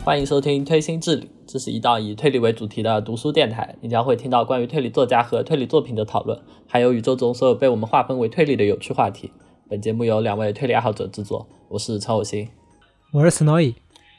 欢迎收听推心置理，这是一档以推理为主题的读书电台，你将会听到关于推理作家和推理作品的讨论，还有宇宙中所有被我们划分为推理的有趣话题。本节目由两位推理爱好者制作，我是陈偶星， 我是 Snowy。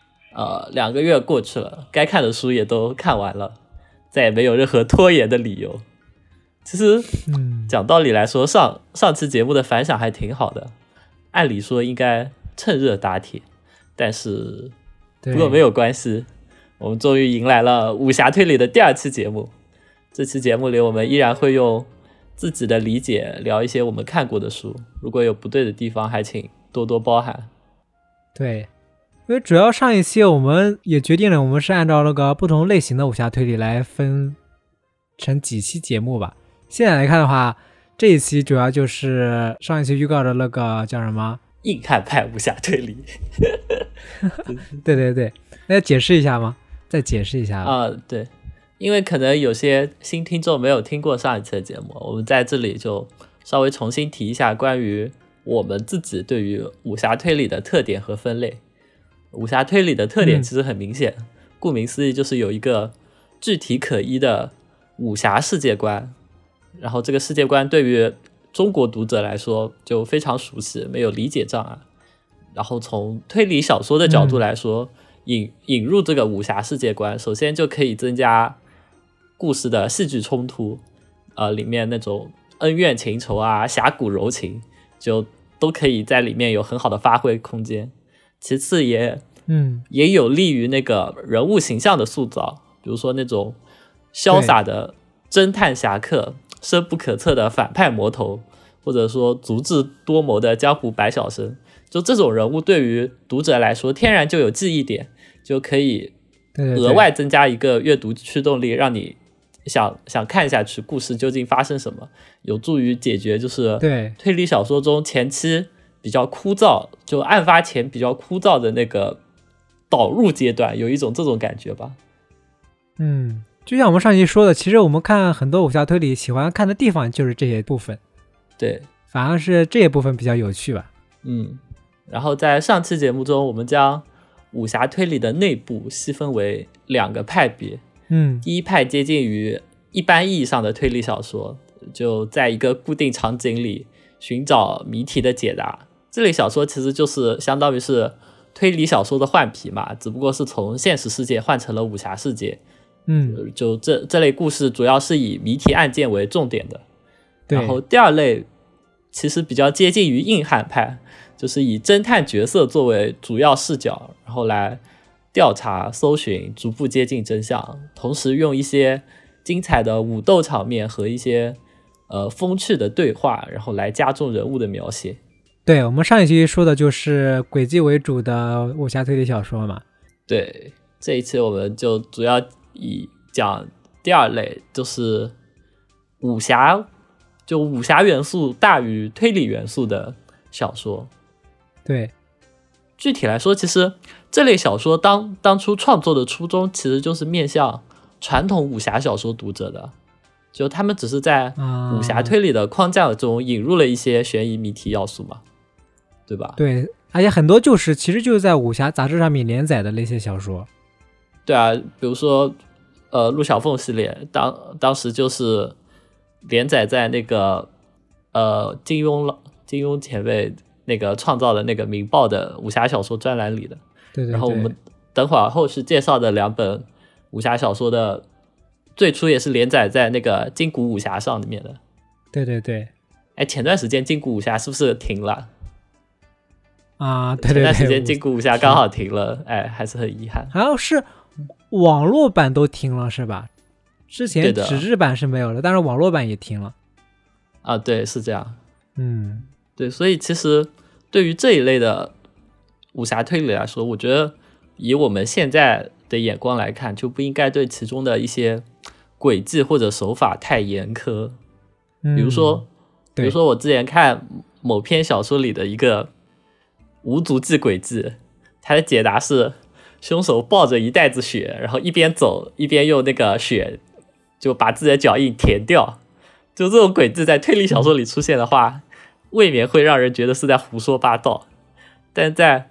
2个月过去了，该看的书也都看完了，再也没有任何拖延的理由。其实讲道理来说，上期节目的反响还挺好的，按理说应该趁热打铁，但是不过没有关系，我们终于迎来了武侠推理的第2期节目。这期节目里我们依然会用自己的理解聊一些我们看过的书，如果有不对的地方还请多多包涵。 对，因为主要上一期我们也决定了，我们是按照那个不同类型的武侠推理来分成几期节目吧。现在来看的话，这一期主要就是上一期预告的那个叫什么硬汉派武侠推理。 对对对，那解释一下吗？再解释一下对，因为可能有些新听众没有听过上一期的节目，我们在这里就稍微重新提一下关于我们自己对于武侠推理的特点和分类。武侠推理的特点其实很明显，顾名思义就是有一个具体可依的武侠世界观，然后这个世界观对于中国读者来说就非常熟悉，没有理解障碍。然后从推理小说的角度来说，引入这个武侠世界观，首先就可以增加故事的戏剧冲突，里面那种恩怨情仇啊、侠骨柔情，就都可以在里面有很好的发挥空间。其次也有利于那个人物形象的塑造，比如说那种潇洒的侦探侠客、深不可测的反派魔头，或者说足智多谋的江湖百晓生，就这种人物对于读者来说天然就有记忆点，就可以额外增加一个阅读驱动力，让你想看下去故事究竟发生什么，有助于解决就是推理小说中前期比较枯燥，就案发前比较枯燥的那个导入阶段，有一种这种感觉吧。 就像我们上期说的，其实我们看很多武侠推理喜欢看的地方就是这些部分， 对， 反而是这些部分比较有趣吧。 然后在上期节目中，我们将武侠推理的内部细分为2个派别。第一派接近于一般意义上的推理小说，就在一个固定场景里寻找谜题的解答。这类小说其实就是相当于是推理小说的换皮嘛，只不过是从现实世界换成了武侠世界。就这类故事主要是以谜题案件为重点的。然后第2类其实比较接近于硬汉派，就是以侦探角色作为主要视角，然后来调查搜寻，逐步接近真相，同时用一些精彩的武斗场面和一些风趣的对话，然后来加重人物的描写。 对，我们上一期说的就是轨迹为主的武侠推理小说嘛。 对，这一期我们就主要以讲第2类，就是武侠元素大于推理元素的小说。 对， 具体来说，其实这类小说当初创作的初衷其实就是面向传统武侠小说读者的，就他们只是在武侠推理的框架中引入了一些悬疑谜题要素嘛，对吧？ 对，而且很多其实就是在武侠杂志上面连载的那些小说。 对啊，比如说陆小凤系列当时就是连载在那个金庸前辈那个创造的那个明报的武侠小说专栏里的。 对， 然后我们等会儿后续介绍的2本武侠小说的最初也是连载在那个金谷武侠上里面的。 对， 前段时间金谷武侠是不是停了对， 前段时间金谷武侠刚好停了，还是很遗憾。 好像是网络版都停了是吧？之前纸质版是没有了，但是网络版也停了。 对，是这样。对，所以其实对于这一类的武侠推理来说，我觉得以我们现在的眼光来看，就不应该对其中的一些轨迹或者手法太严苛。比如说我之前看某篇小说里的一个无足迹轨迹，它的解答是凶手抱着一袋子血，然后一边走一边用那个血就把自己的脚印填掉。就这种轨迹在推理小说里出现的话，未免会让人觉得是在胡说八道。但在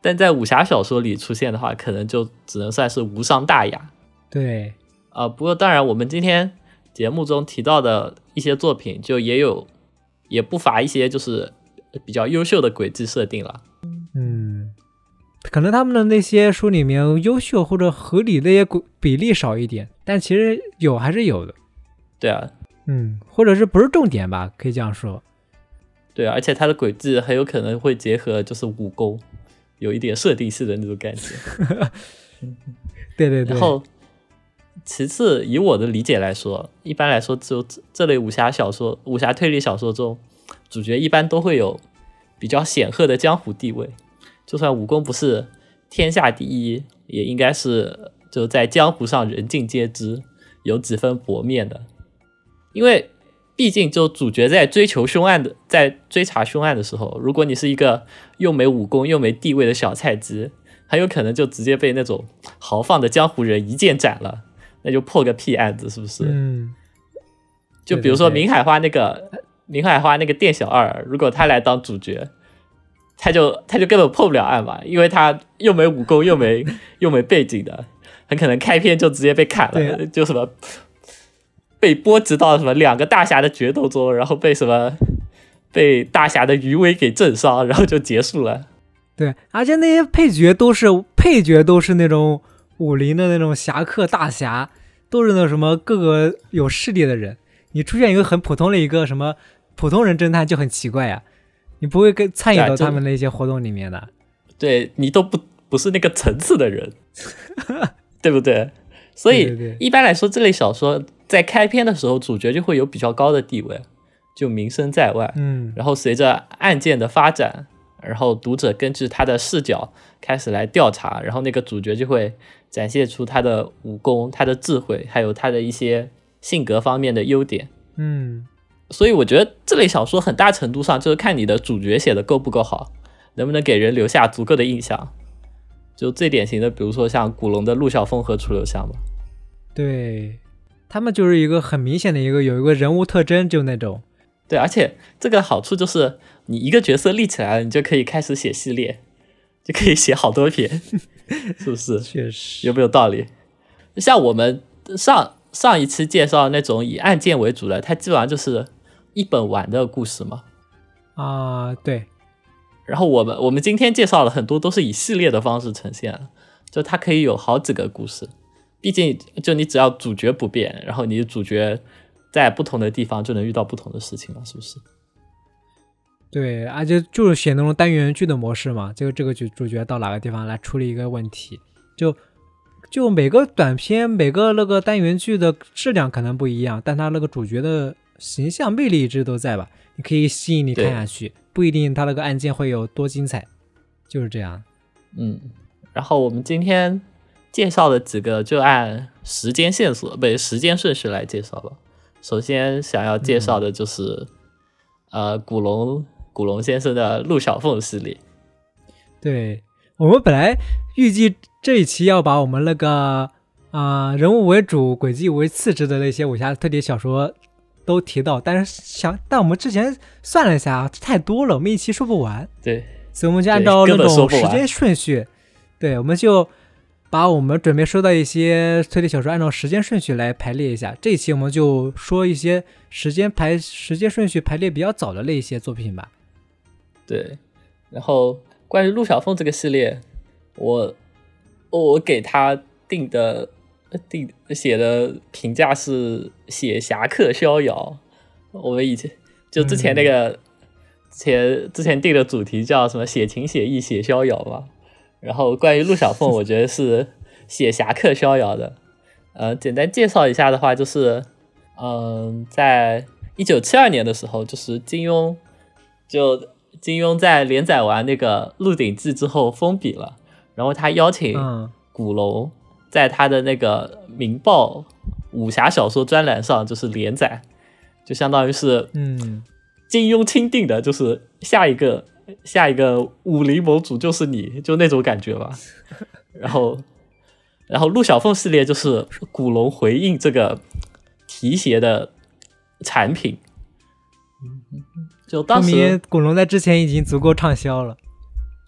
但在武侠小说里出现的话，可能就只能算是无伤大雅。 对， 不过当然我们今天节目中提到的一些作品，就也不乏一些就是比较优秀的轨迹设定了。 可能他们的那些书里面优秀或者合理的些比例少一点，但其实还是有的。 对啊， 或者是不是重点吧，可以这样说。 对啊，而且它的轨迹很有可能会结合就是武功，有一点设定式的那种感觉。 对对对。 然后其次，以我的理解来说，一般来说就这类武侠推理小说中，主角一般都会有比较显赫的江湖地位，就算武功不是天下第一，也应该是就在江湖上人尽皆知，有几分薄面的。因为毕竟就主角在追查凶案的时候，如果你是一个又没武功又没地位的小菜鸡，很有可能就直接被那种豪放的江湖人一剑斩了，那就破个屁案子，是不是？就比如说明海花那个店小二，如果他来当主角，他就根本破不了案嘛，因为他又没武功又没背景的，很可能开篇就直接被砍了，就什么被波及到什么两个大侠的决斗中，然后被大侠的余威给震伤，然后就结束了。 对，而且那些配角都是那种武林的那种侠客大侠，都是那什么各个有势力的人。你出现一个很普通的一个什么普通人侦探就很奇怪呀，你不会参与到他们的一些活动里面的。 对，你都不是那个层次的人，对不对？所以一般来说，这类小说在开篇的时候，主角就会有比较高的地位，就名声在外。然后随着案件的发展，然后读者根据他的视角开始来调查，然后那个主角就会展现出他的武功、他的智慧，还有他的一些性格方面的优点。所以我觉得这类小说很大程度上就是看你的主角写的够不够好，能不能给人留下足够的印象。就最典型的，比如说像古龙的陆小凤和楚留香嘛。 对，他们就是一个很明显的有一个人物特征，就那种。 对，而且这个好处就是你一个角色立起来了，你就可以开始写系列，就可以写好多篇，是不是？ 确实。 有没有道理？像我们上一期介绍那种以案件为主的，它基本上就是一本完的故事嘛。 对。 然后我们今天介绍了很多都是以系列的方式呈现了，就它可以有好几个故事。毕竟就你只要主角不变，然后你的主角在不同的地方就能遇到不同的事情了，是不是？ 对，而且就是写那种单元剧的模式嘛，这个主角到哪个地方来处理一个问题，就每个短片每个那个单元剧的质量可能不一样，但他那个主角的形象魅力一直都在吧，你可以吸引你看下去，不一定他那个案件会有多精彩，就是这样。 然后我们今天介绍的几个就按时间线索时间顺序来介绍吧。首先想要介绍的就是古龙先生的陆小凤系列。 对，我们本来预计这一期要把我们那个人物为主轨迹为次之的那些武侠推理小说都提到，但我们之前算了一下太多了，我们一期说不完。 对， 所以我们就按照那种时间顺序，对，我们就把我们准备收到一些推理小说按照时间顺序来排列一下。这一期我们就说一些时间顺序排列比较早的那一些作品吧。 对，然后关于陆小凤这个系列，我给他写的评价是写侠客逍遥。我们以前就之前那个之前定的主题叫什么写情写意写逍遥嘛，然后关于陆小凤我觉得是写侠客逍遥的。简单介绍一下的话，就是在1972年的时候，就是金庸在连载完那个《鹿鼎记》之后封笔了，然后他邀请古龙在他的那个《明报》武侠小说专栏上就是连载，就相当于是金庸钦定的，就是下一个武林盟主就是你，就那种感觉吧。然后陆小凤系列就是古龙回应这个提携的产品。就当时说明古龙在之前已经足够畅销了，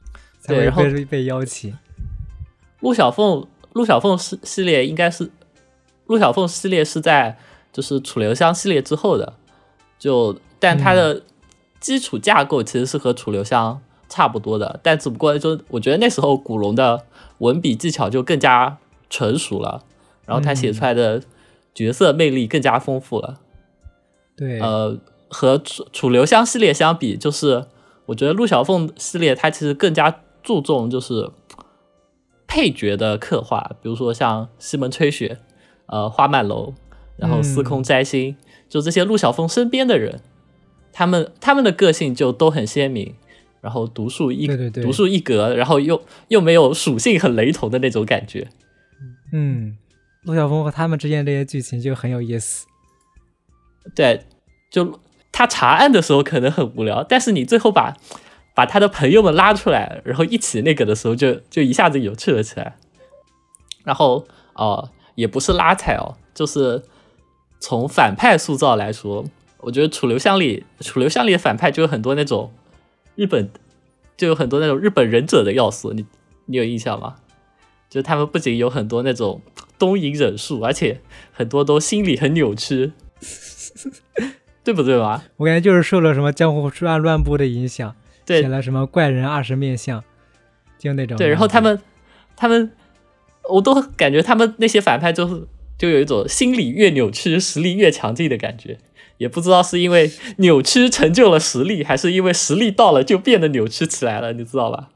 才会对然后被邀请。 陆小凤系列应该是陆小凤系列是在就是楚留香系列之后的，但它的基础架构其实是和楚留香差不多的，但只不过就我觉得那时候古龙的文笔技巧就更加成熟了，然后他写出来的角色魅力更加丰富了。 对， 和楚留香系列相比，就是我觉得陆小凤系列它其实更加注重就是配角的刻画，比如说像西门吹雪、花满楼，然后司空摘星，就这些陆小凤身边的人，他们的个性就都很鲜明，然后独树一格，然后又没有属性很雷同的那种感觉。 陆小凤和他们之间这些剧情就很有意思。 对，就他查案的时候可能很无聊，但是你最后把他的朋友们拉出来，然后一起那个的时候就一下子有趣了起来。然后也不是拉踩哦，就是从反派塑造来说，我觉得楚留香里的反派就有很多那种日本忍者的要素，你有印象吗？就他们不仅有很多那种东瀛忍术，而且很多都心理很扭曲，对不对吧？ 我感觉就是受了什么江湖乱步的影响， 对， 写了什么怪人20面相，就那种。 对，然后他们，我都感觉他们那些反派就有一种心理越扭曲，实力越强劲的感觉。也不知道是因为扭曲成就了实力，还是因为实力到了就变得扭曲起来了，你知道吧？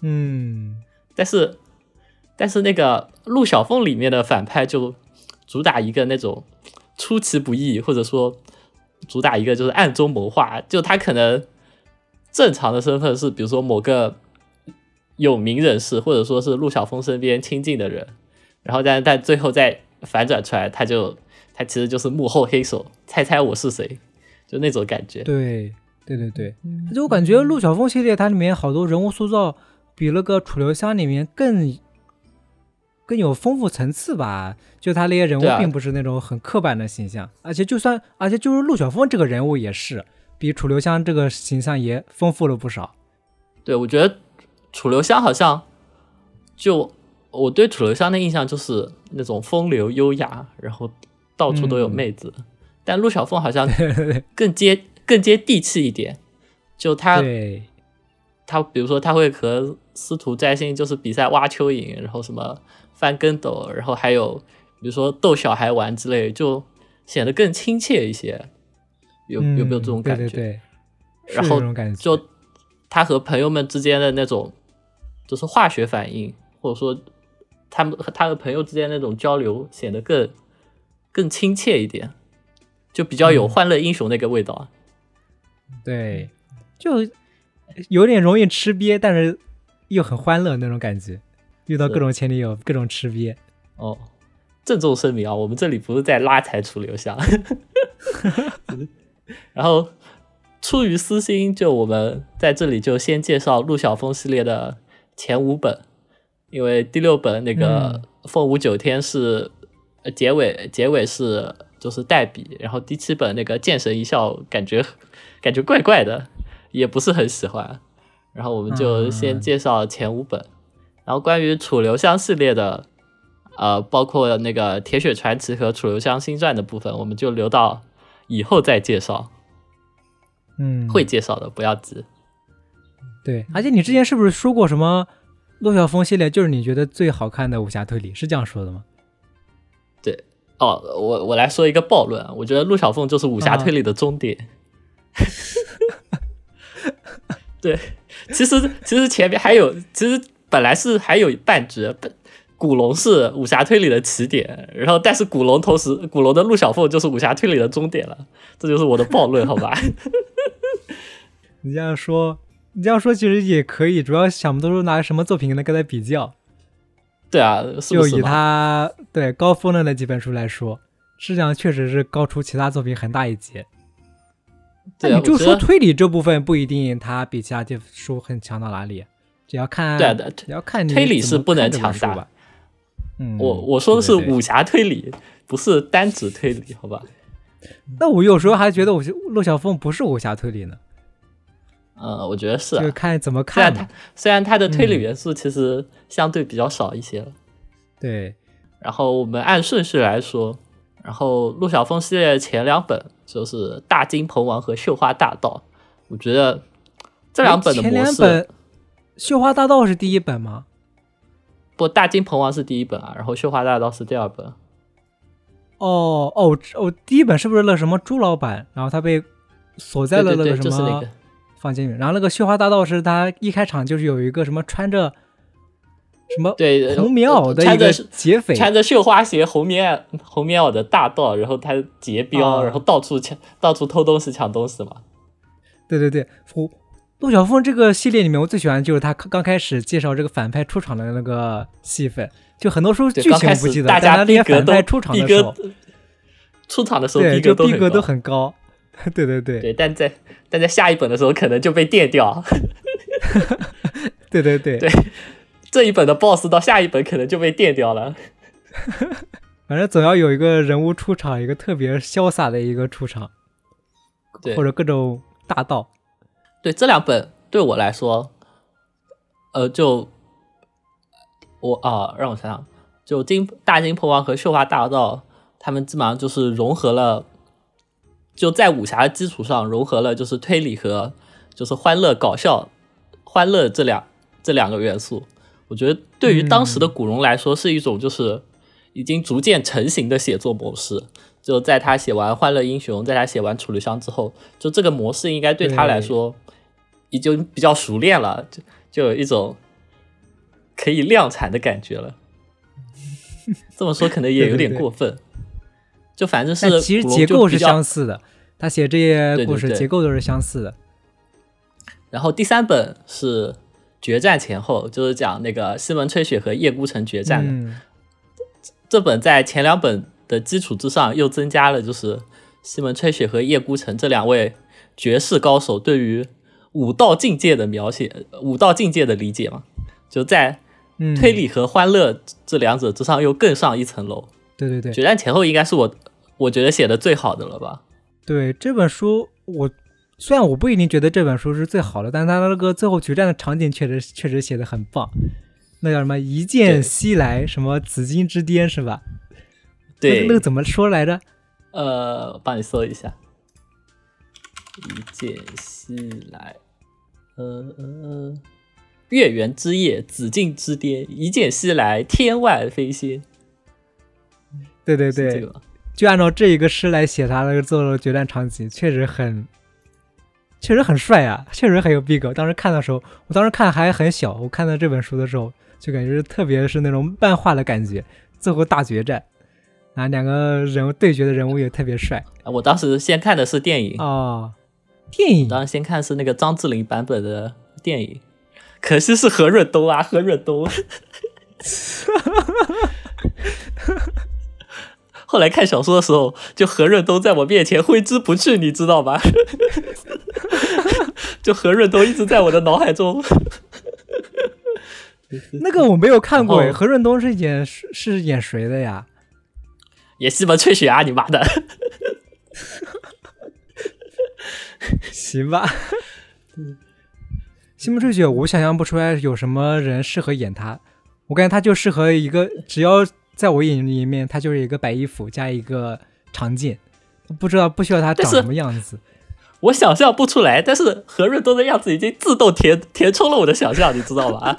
但是那个陆小凤里面的反派就主打一个那种出其不意，或者说主打一个就是暗中谋划，就他可能正常的身份是比如说某个有名人士，或者说是陆小凤身边亲近的人，然后但最后再反转出来，他其实就是幕后黑手，猜猜我是谁，就那种感觉。 对，就我感觉陆小凤系列它里面好多人物塑造比那个楚留香里面更有丰富层次吧，就他那些人物并不是那种很刻板的形象，而且就是陆小凤这个人物也是比楚留香这个形象也丰富了不少。 对，我觉得楚留香好像我对楚留香的印象就是那种风流优雅，然后到处都有妹子，但陆小凤好像更接地气一点，就他比如说他会和司徒摘星就是比赛挖蚯蚓，然后什么翻跟斗，然后还有比如说逗小孩玩之类，就显得更亲切一些。有没有这种感觉？ 对， 然后就他和朋友们之间的那种就是化学反应，或者说他和朋友之间那种交流显得更亲切一点，就比较有欢乐英雄那个味道。 对，就有点容易吃瘪，但是又很欢乐那种感觉，遇到各种前女友各种吃瘪。 郑重声明啊，我们这里不是在拉踩楚留香。然后出于私心，就我们在这里就先介绍陆小凤系列的前5本，因为第6本那个凤舞9天是结尾是就是代笔，然后第7本那个剑神一笑感觉怪怪的，也不是很喜欢，然后我们就先介绍前5本。然后关于楚留香系列的包括那个铁血传奇和楚留香新传的部分，我们就留到以后再介绍。会介绍的，不要急。 对，而且你之前是不是说过什么陆小凤系列就是你觉得最好看的武侠推理，是这样说的吗？ 对，我来说一个暴论，我觉得陆小凤就是武侠推理的终点。对，其实前面还有，其实本来是还有半句，古龙是武侠推理的起点，然后但是古龙的陆小凤就是武侠推理的终点了，这就是我的暴论，好吧？ 你这样说其实也可以，主要想不出拿什么作品跟他比较。 对啊，是不是就以他对高峰的那几本书来说，质量确实是高出其他作品很大一截。 对， 你就说推理这部分不一定它比其他书很强到哪里，只要看要看你推理是不能强大吧。 我说的是武侠推理，不是单指推理，好吧？ 那我有时候还觉得陆小凤不是武侠推理呢。 我觉得是、 就看怎么看嘛。 虽然它的推理元素其实相对比较少一些了。 对， 然后我们按顺序来说，然后陆小凤系列的前2本就是《大金鹏王》和《绣花大盗》，我觉得这2本的模式， 前2本《绣花大盗》是第1本吗？ 不，《大金鹏王》是第1本啊，然后《绣花大盗》是第2本。 第1本是不是那什么朱老板，然后他被锁在了那个什么房间里，然后那个绣花大盗是他一开场就是有一个什么穿着什么红棉袄的一个劫匪， 穿着绣花鞋红棉袄的大盗，然后他劫镖，然后到处偷东西抢东西嘛。 对，陆小凤这个系列里面我最喜欢就是他刚开始介绍这个反派出场的那个戏份，就很多时候剧情我不记得， 大家那些反派出场的时候， 逼格都很高。对， 但在下一本的时候可能就被电掉。 对， 这一本的 BOSS 到下一本可能就被电掉了。 反正总要有一个人物出场，一个特别潇洒的一个出场，或者各种大盗。 对，这2本对我来说，让我想想，就大金鹏王和绣花大盗，他们基本上就是融合了，就在武侠的基础上融合了就是推理和就是欢乐搞笑欢乐这两个元素。我觉得对于当时的古龙来说是一种就是已经逐渐成型的写作模式。就在他写完《欢乐英雄》，在他写完《楚留香》之后，就这个模式应该对他来说已经比较熟练了，就有一种可以量产的感觉了。这么说可能也有点过分。就反正是其实结构是相似的，他写这些故事结构都是相似的。 然后第3本是决战前后，就是讲那个西门吹雪和叶孤城决战的。这本在前2本的基础之上又增加了就是西门吹雪和叶孤城这2位绝世高手对于武道境界的描写，武道境界的理解嘛，就在推理和欢乐这2者之上又更上一层楼。 对， 决战前后应该是我觉得写的最好的了吧。 对，这本书虽然我不一定觉得这本书是最好的，但他那个最后决战的场景确实写的很棒。那叫什么一剑西来，什么紫金之巅是吧？ 对， 那个怎么说来着？ 帮你搜一下。一剑西来，月圆之夜，紫禁之巅，一剑西来，天外飞仙。 对，就按照这一个诗来写他那个做的决战场景，确实很帅啊，确实很有逼格。当时看的时候，我当时看还很小，我看到这本书的时候，就感觉特别是那种漫画的感觉。最后大决战，啊，两个人物对决的人物也特别帅。 我当时先看的是电影电影， 当时先看是那个张智霖版本的电影，可惜是何润东啊，何润东。后来看小说的时候，就何润东在我面前挥之不去，你知道吗？就何润东一直在我的脑海中。 那个我没有看过，何润东是演谁的呀？ 演西门吹雪啊，你妈的！ 行吧。西门吹雪，我想象不出来有什么人适合演他，我感觉他就适合一个，只要在我眼里面，他就是一个白衣服加一个长剑，不需要他长什么样子。 我想象不出来，但是何润东的样子已经自动填充了我的想象，你知道吧？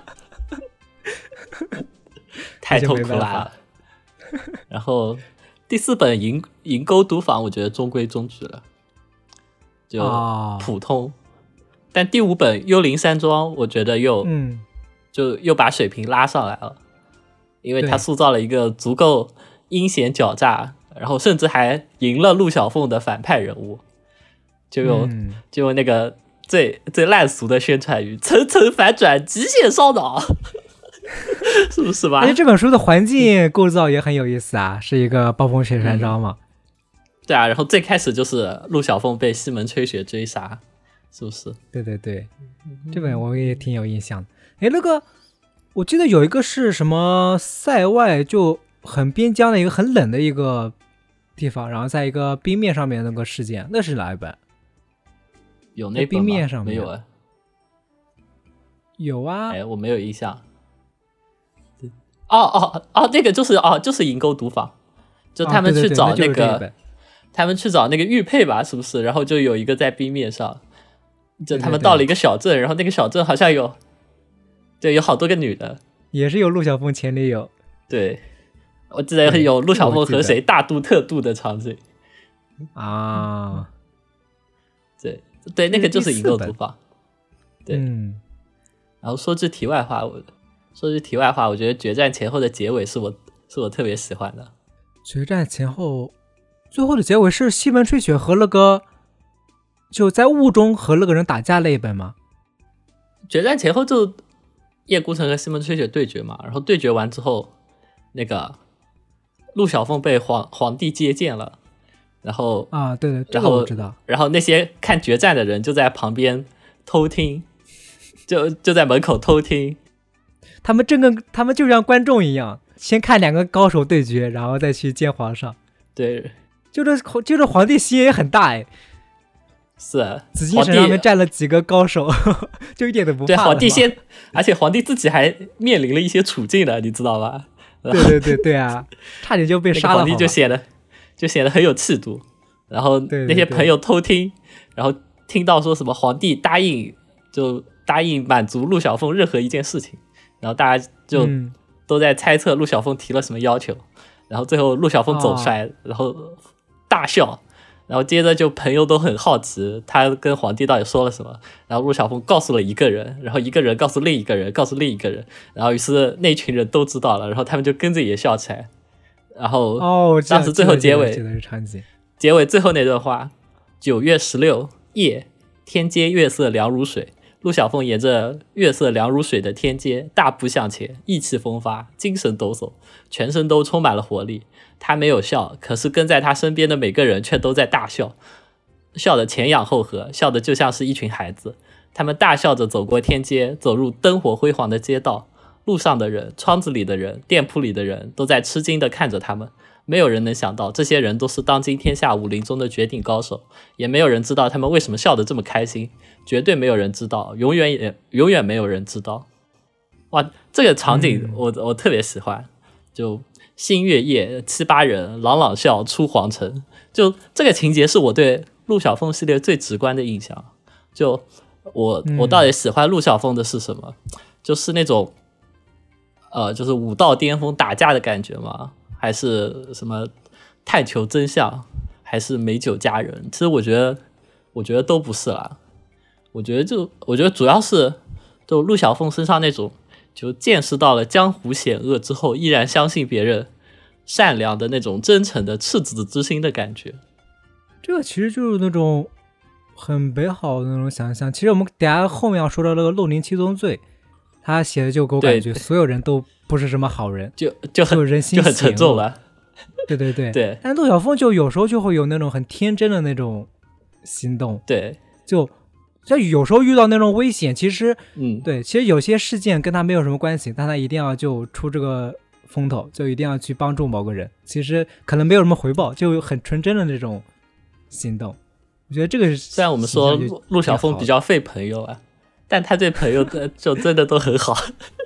太痛苦了。然后第4本银钩毒坊，我觉得中规中矩了，就普通。但第5本幽灵山庄，我觉得又把水平拉上来了，因为他塑造了一个足够阴险狡诈，然后甚至还赢了陆小凤的反派人物，就有那个最烂俗的宣传语：层层反转，极限烧脑。是不是吧？ 而且这本书的环境构造也很有意思啊，是一个暴风雪山庄嘛。 对啊，然后最开始就是陆小凤被西门吹雪追杀，是不是？ 对，这本我也挺有印象的。哎，那个我记得有一个是什么塞外，就很边疆的一个很冷的一个地方，然后在一个冰面上面那个事件，那是哪一本？ 有那本冰面上面没有啊？ 有啊， 哎，我没有印象。那个就是银钩毒坊，就他们去找那个，他们去找那个玉佩吧，是不是？然后就有一个在冰面上，就他们到了一个小镇，然后那个小镇好像有好多个女的， 也是有陆小凤前女友。 对，我记得有陆小凤和谁大度特度的场景啊。 对，那个就是银钩毒坊。对，然后说句题外话，我觉得决战前后的结尾是我特别喜欢的。 决战前后，最后的结尾是西门吹雪和那个就在雾中和那个人打架那一本吗？ 决战前后就叶孤城和西门吹雪对决嘛，然后对决完之后，那个陆小凤被皇帝接见了，然后啊，对，这个我知道。 然后那些看决战的人就在旁边偷听，就在门口偷听。 他们就像观众一样，先看两个高手对决，然后再去见皇上。 对， 就是皇帝心也很大哎。 是啊， 紫禁城上面站了几个高手，就一点都不怕。 对，皇帝而且皇帝自己还面临了一些处境的，你知道吧？ 对啊，差点就被杀了。 皇帝就显得很有气度。然后那些朋友偷听，然后听到说什么皇帝答应满足陆小凤任何一件事情，然后大家就都在猜测陆小凤提了什么要求，然后最后陆小凤走出来，然后大笑。然后接着就朋友都很好奇他跟皇帝到底说了什么，然后陆小凤告诉了一个人，然后一个人告诉另一个人，告诉另一个人，然后于是那群人都知道了，然后他们就跟着也笑起来。然后当时最后结尾最后那段话：9月16夜，天阶月色凉如水，陆小凤沿着月色凉如水的天阶大步向前，意气风发，精神抖擞，全身都充满了活力。他没有笑，可是跟在他身边的每个人却都在大笑，笑得前仰后合，笑得就像是一群孩子。他们大笑着走过天阶，走入灯火辉煌的街道，路上的人、窗子里的人、店铺里的人都在吃惊地看着他们。没有人能想到这些人都是当今天下武林中的绝顶高手，也没有人知道他们为什么笑得这么开心，绝对没有人知道，永远没有人知道。哇，这个场景我特别喜欢，就新月夜7、8人朗朗笑出皇城，就这个情节是我对陆小凤系列最直观的印象。就我到底喜欢陆小凤的是什么？就是那种就是武道巅峰打架的感觉吗？还是什么探求真相？还是美酒佳人？其实我觉得都不是啦。我觉得主要是就陆小凤身上那种就见识到了江湖险恶之后依然相信别人善良的那种真诚的赤子之心的感觉。 这个其实就是那种很美好的那种想象。其实我们等下后面要说到那个陆林七宗罪，他写的就给我感觉所有人都不是什么好人，就人心就很沉重了。 对。但陆小凤就有时候就会有那种很天真的那种心动。 对， 就有时候遇到那种危险，其实其实有些事件跟他没有什么关系，但他一定要就出这个风头，就一定要去帮助某个人，其实可能没有什么回报，就很纯真的那种心动。我觉得这个虽然我们说陆小凤比较费朋友啊，但他对朋友就真的都很好。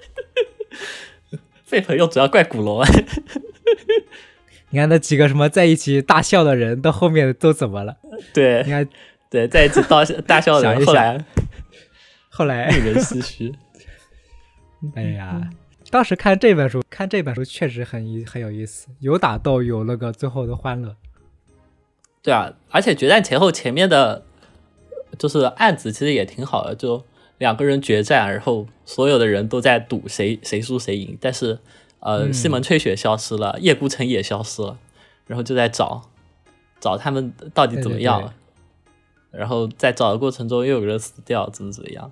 费朋友主要怪古龙啊。 你看那几个什么在一起大笑的人到后面都怎么了？ 对， 你看对，在一起大笑的人后来令人唏嘘。 哎呀，当时看这本书确实很有意思，有打斗，有那个最后的欢乐。 对啊，而且决战前后前面的就是案子其实也挺好的，就2个人决战，然后所有的人都在赌谁输谁赢，但是西门吹雪消失了，叶孤城也消失了，然后就在找他们到底怎么样了。然后在找的过程中又有人死掉，怎么样。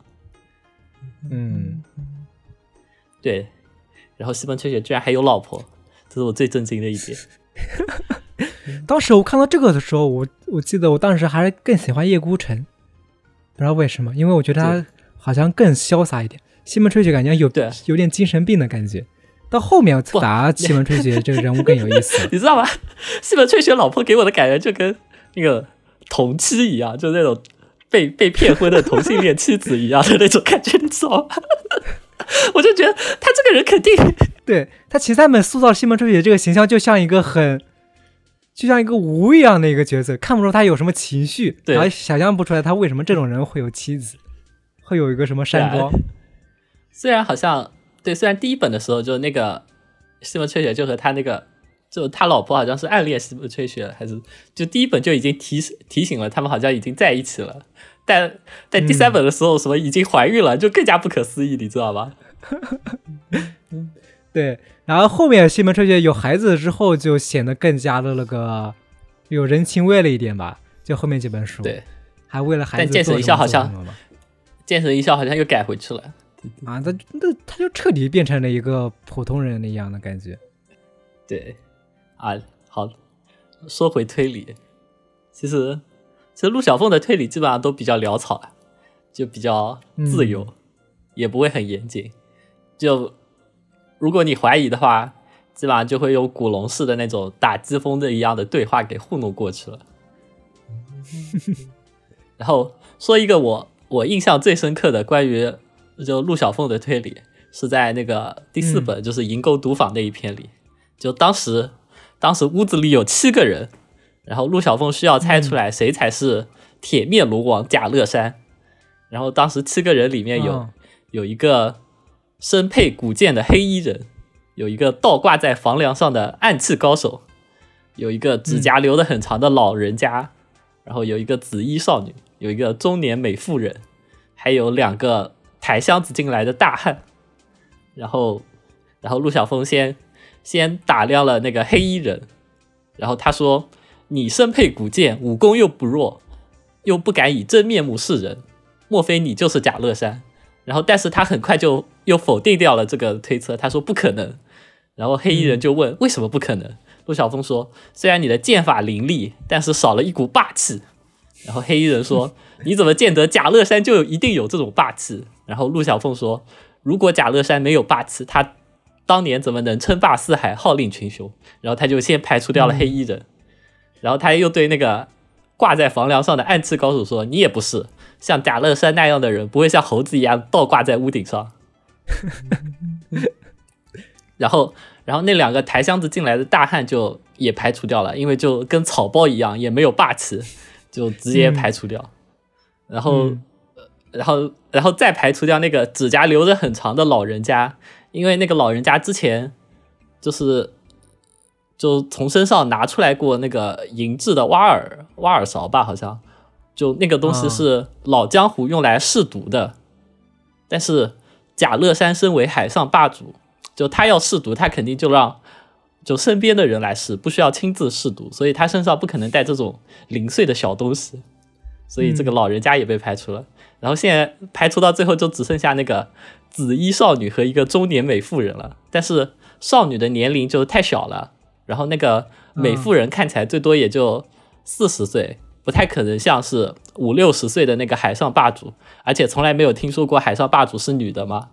对，然后西门吹雪居然还有老婆，这是我最震惊的一点。 当时我看到这个的时候，我记得我当时还是更喜欢叶孤城，不知道为什么，因为我觉得他好像更潇洒一点。西门吹雪感觉有点精神病的感觉，到后面反而西门吹雪这个人物更有意思。 你知道吗？西门吹雪老婆给我的感觉就跟那个同妻一样，就那种被骗婚的同性恋妻子一样的那种感觉，你知道吗？ 我就觉得他这个人肯定对他前3本塑造西门吹雪这个形象就像一个无一样的一个角色，看不出他有什么情绪，然后想象不出来他为什么这种人会有妻子，会有一个什么山庄。 虽然第一本的时候就那个西门吹雪就和他那个就他老婆好像是暗恋西门吹雪，还是就第一本就已经提醒了他们好像已经在一起了，但在第3本的时候什么已经怀孕了，就更加不可思议，你知道吗？ 对，然后后面西门吹雪有孩子之后就显得更加的那个有人情味了一点吧，就后面几本书。 对， 还为了孩子但剑神一笑好像又改回去了啊，他就彻底变成了一个普通人一样的感觉。 对啊，好，说回推理，其实陆小凤的推理基本上都比较潦草，就比较自由，也不会很严谨。就如果你怀疑的话，基本上就会用古龙式的那种打机锋的一样的对话给糊弄过去了。然后说一个我印象最深刻的关于就陆小凤的推理，是在那个第4本，就是银钩毒坊那一篇里。就当时屋子里有7个人，然后陆小凤需要猜出来谁才是铁面龙王贾乐山。然后当时7个人里面有一个身佩古剑的黑衣人，有一个倒挂在房梁上的暗器高手，有一个指甲留得很长的老人家，然后有一个紫衣少女，有一个中年美妇人，还有2个抬箱子进来的大汉。然后陆小凤先打量了那个黑衣人，然后他说：“你身佩古剑，武功又不弱，又不敢以真面目示人，莫非你就是贾乐山？”然后但是他很快就又否定掉了这个推测，他说不可能。然后黑衣人就问、为什么不可能？陆小凤说：“虽然你的剑法凌厉，但是少了一股霸气。”然后黑衣人说：“你怎么见得贾乐山就一定有这种霸气？”然后陆小凤说：“如果贾乐山没有霸气，他当年怎么能称霸四海，号令群雄？”然后他就先排除掉了黑衣人，然后他又对那个挂在房梁上的暗器高手说：“你也不是，像贾乐山那样的人不会像猴子一样倒挂在屋顶上。”然后那2个抬箱子进来的大汉就也排除掉了，因为就跟草包一样，也没有霸气，就直接排除掉。然后再排除掉那个指甲留着很长的老人家，因为那个老人家之前就从身上拿出来过那个银质的挖耳勺吧，好像就那个东西是老江湖用来试毒的。但是贾乐山身为海上霸主，就他要试毒，他肯定就让就身边的人来试，不需要亲自试毒，所以他身上不可能带这种零碎的小东西，所以这个老人家也被排除了。然后现在排除到最后就只剩下那个紫衣少女和一个中年美妇人了，但是少女的年龄就太小了，然后那个美妇人看起来最多也就40岁，不太可能像是50-60岁的那个海上霸主，而且从来没有听说过海上霸主是女的嘛。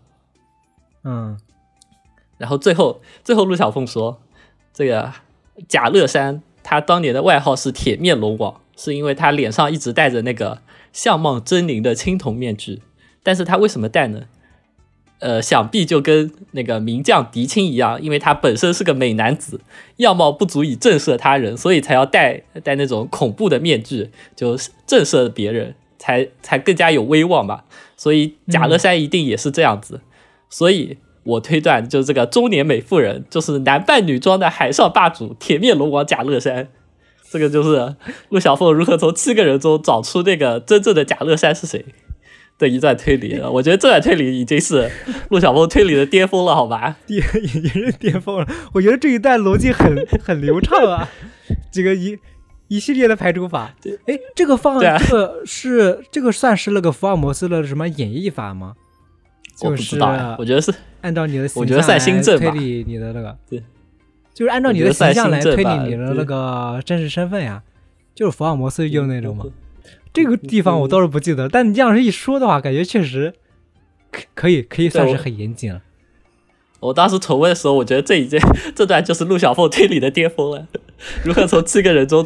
然后最后陆小凤说，这个贾乐山他当年的外号是铁面龙王，是因为他脸上一直戴着那个相貌狰狞的青铜面具。但是他为什么戴呢？想必就跟那个名将狄青一样，因为他本身是个美男子，样貌不足以震慑他人，所以才要戴那种恐怖的面具，就震慑别人，才更加有威望嘛。所以贾乐山一定也是这样子。所以我推断，就这个中年美妇人就是男扮女装的海上霸主铁面龙王贾乐山。这个就是陆小凤如何从7个人中找出那个真正的贾乐山是谁的一段推理。我觉得这段推理已经是陆小凤推理的巅峰了，好吧？ 已经是巅峰了。我觉得这一段逻辑很流畅啊，这个一系列的排除法。哎，这个这个算是那个福尔摩斯的什么演绎法吗？ 我不知道，我觉得是按照你的我觉得算新政吧， 推理你的那个， 对， 就是按照你的形象来推理你的那个真实身份呀，就是福尔摩斯用那种嘛。这个地方我倒是不记得，但你这样一说的话，感觉确实可以算是很严谨了。 我当时重温的时候，我觉得这段就是陆小凤推理的巅峰了。如何从7个人中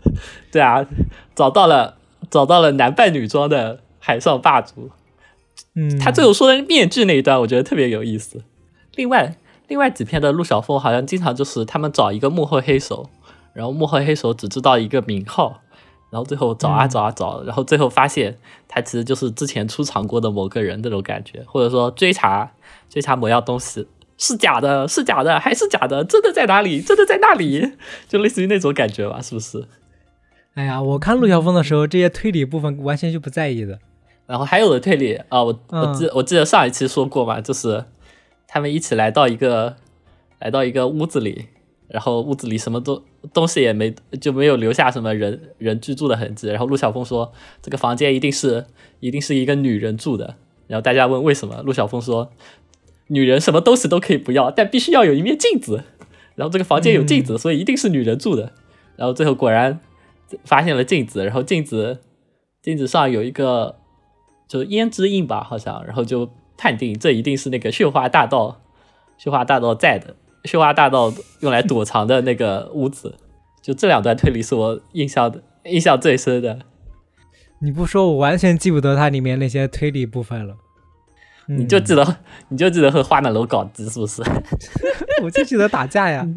找到了男扮女装的海上霸主。 他最后说的面具那一段，我觉得特别有意思。另外几篇的陆小凤好像经常就是他们找一个幕后黑手，然后幕后黑手只知道一个名号，然后最后找啊找啊找，然后最后发现他其实就是之前出场过的某个人这种感觉，或者说追查某样东西是假的，是假的，还是假的，真的在哪里，真的在那里，就类似于那种感觉吧，是不是？ 哎呀，我看陆小凤的时候，这些推理部分完全就不在意的。 然后还有的推理啊，我记得上一期说过嘛，就是他们一起来到一个屋子里，然后屋子里什么东西也没有留下什么人居住的痕迹。然后陆小凤说这个房间一定是一个女人住的。然后大家问为什么，陆小凤说女人什么东西都可以不要，但必须要有一面镜子。然后这个房间有镜子，所以一定是女人住的。然后最后果然发现了镜子，然后镜子上有一个就是胭脂印吧，好像，然后就判定这一定是那个绣花大道在的，绣花大道用来躲藏的那个屋子。就这两段推理是我印象最深的。 你不说，我完全记不得它里面那些推理部分了。 你就记得和花满楼搞基是不是？ 我就记得打架呀。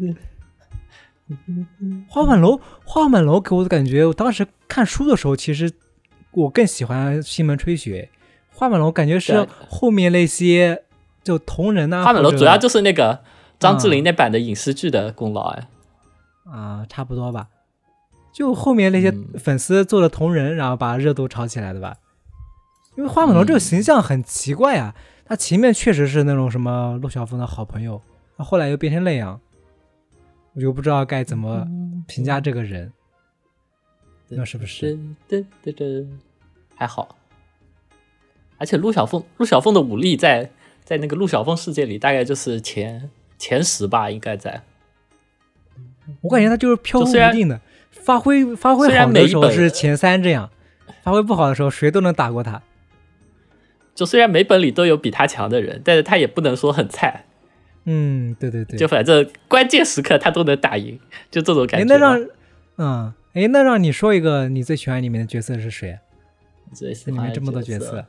花满楼给我的感觉，我当时看书的时候，其实我更喜欢西门吹雪。花满楼感觉是后面那些就同人啊， 花满楼主要就是那个张智霖那版的影视剧的功劳哎。 差不多吧。就后面那些粉丝做的同人，然后把热度炒起来的吧。因为花满楼这个形象很奇怪啊，他前面确实是那种什么陆小凤的好朋友，后来又变成那样，我就不知道该怎么评价这个人。那是不是？ 还好。而且陆小凤的武力在那个陆小凤世界里大概就是前10吧，应该在。 我感觉他就是飘忽不定的，发挥好的时候是前3这样，发挥不好的时候谁都能打过他。 就虽然每本里都有比他强的人，但是他也不能说很菜。 对对对， 就反正关键时刻他都能打赢，就这种感觉。 那让你说一个你最喜欢里面的角色是谁？ 最喜欢里面这么多角色。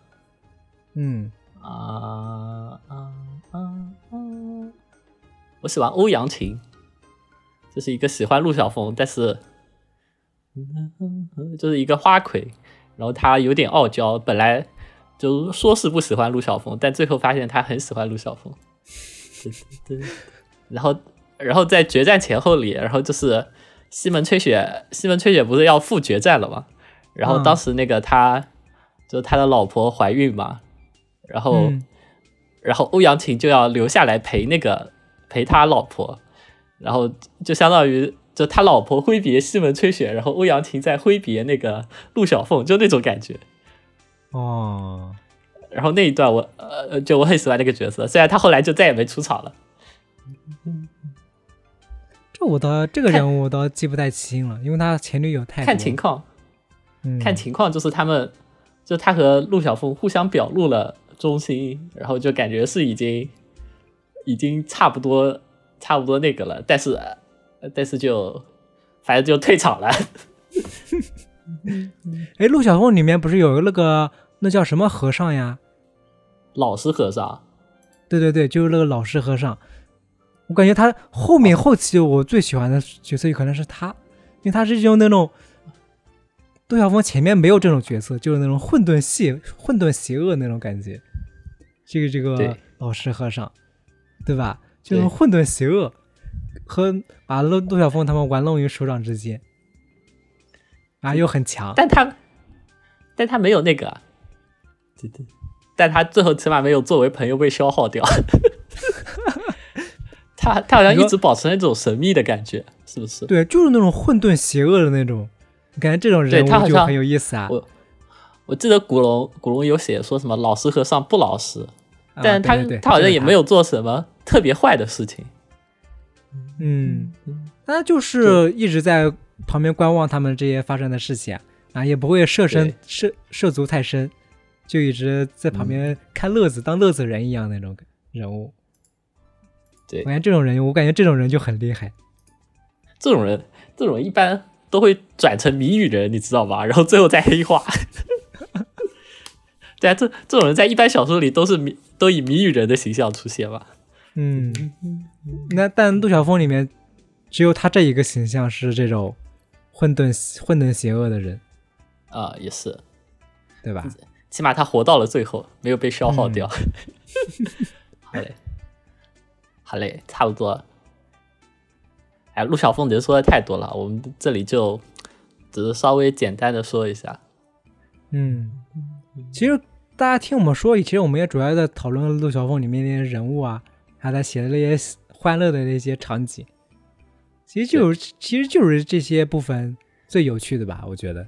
我喜欢欧阳晴，就是一个喜欢陆小凤，但是就是一个花魁，然后他有点傲娇，本来就说是不喜欢陆小凤，但最后发现他很喜欢陆小凤。对，然后在决战前后里，然后就是西门吹雪不是要赴决战了吗？然后当时那个他的老婆怀孕嘛，然后欧阳晴就要留下来陪他老婆，然后就相当于就他老婆挥别西门吹雪，然后欧阳晴在挥别那个陆小凤，就那种感觉。然后那一段我很喜欢那个角色，虽然他后来就再也没出场了。 这个人物我倒记不太清了，因为他前女友太多。 看情况，就是他和陆小凤互相表露了忠心，然后就感觉是已经差不多那个了，但是就反正就退场了。 陆小凤里面不是有那叫什么和尚呀？ 老实和尚。 对对对，就是那个老实和尚。我感觉他后期我最喜欢的角色有可能是他，因为他是用那种陆小凤前面没有这种角色，就是那种混沌邪恶那种感觉。这个老实和尚，对吧？就是混沌邪恶和把陆小凤他们玩弄于手掌之间，又很强。 但他没有那个，但他最后起码没有作为朋友被消耗掉。他好像一直保持那种神秘的感觉，是不是？ 对，就是那种混沌邪恶的那种，感觉这种人物就很有意思啊。 我记得古龙有写说什么老实和尚不老实，但他好像也没有做什么特别坏的事情。 他就是一直在旁边观望他们这些发生的事情也不会涉足太深，就一直在旁边看乐子，当乐子人一样那种人物。 对， 我感觉这种人就很厉害。 这种人一般都会转成谜语人，你知道吧？然后最后再黑化。 对啊，这种人在一般小说里都以谜语人的形象出现吧。 但陆小凤里面只有他这一个形象是这种混沌邪恶的人也是， 对吧？ 起码他活到了最后，没有被消耗掉。好嘞，差不多了。哎，陆小凤人说的太多了，我们这里就只是稍微简单的说一下。 其实大家听我们说，其实我们也主要在讨论陆小凤里面那些人物啊，还有他写的那些欢乐的那些场景。其实就是这些部分最有趣的吧，我觉得。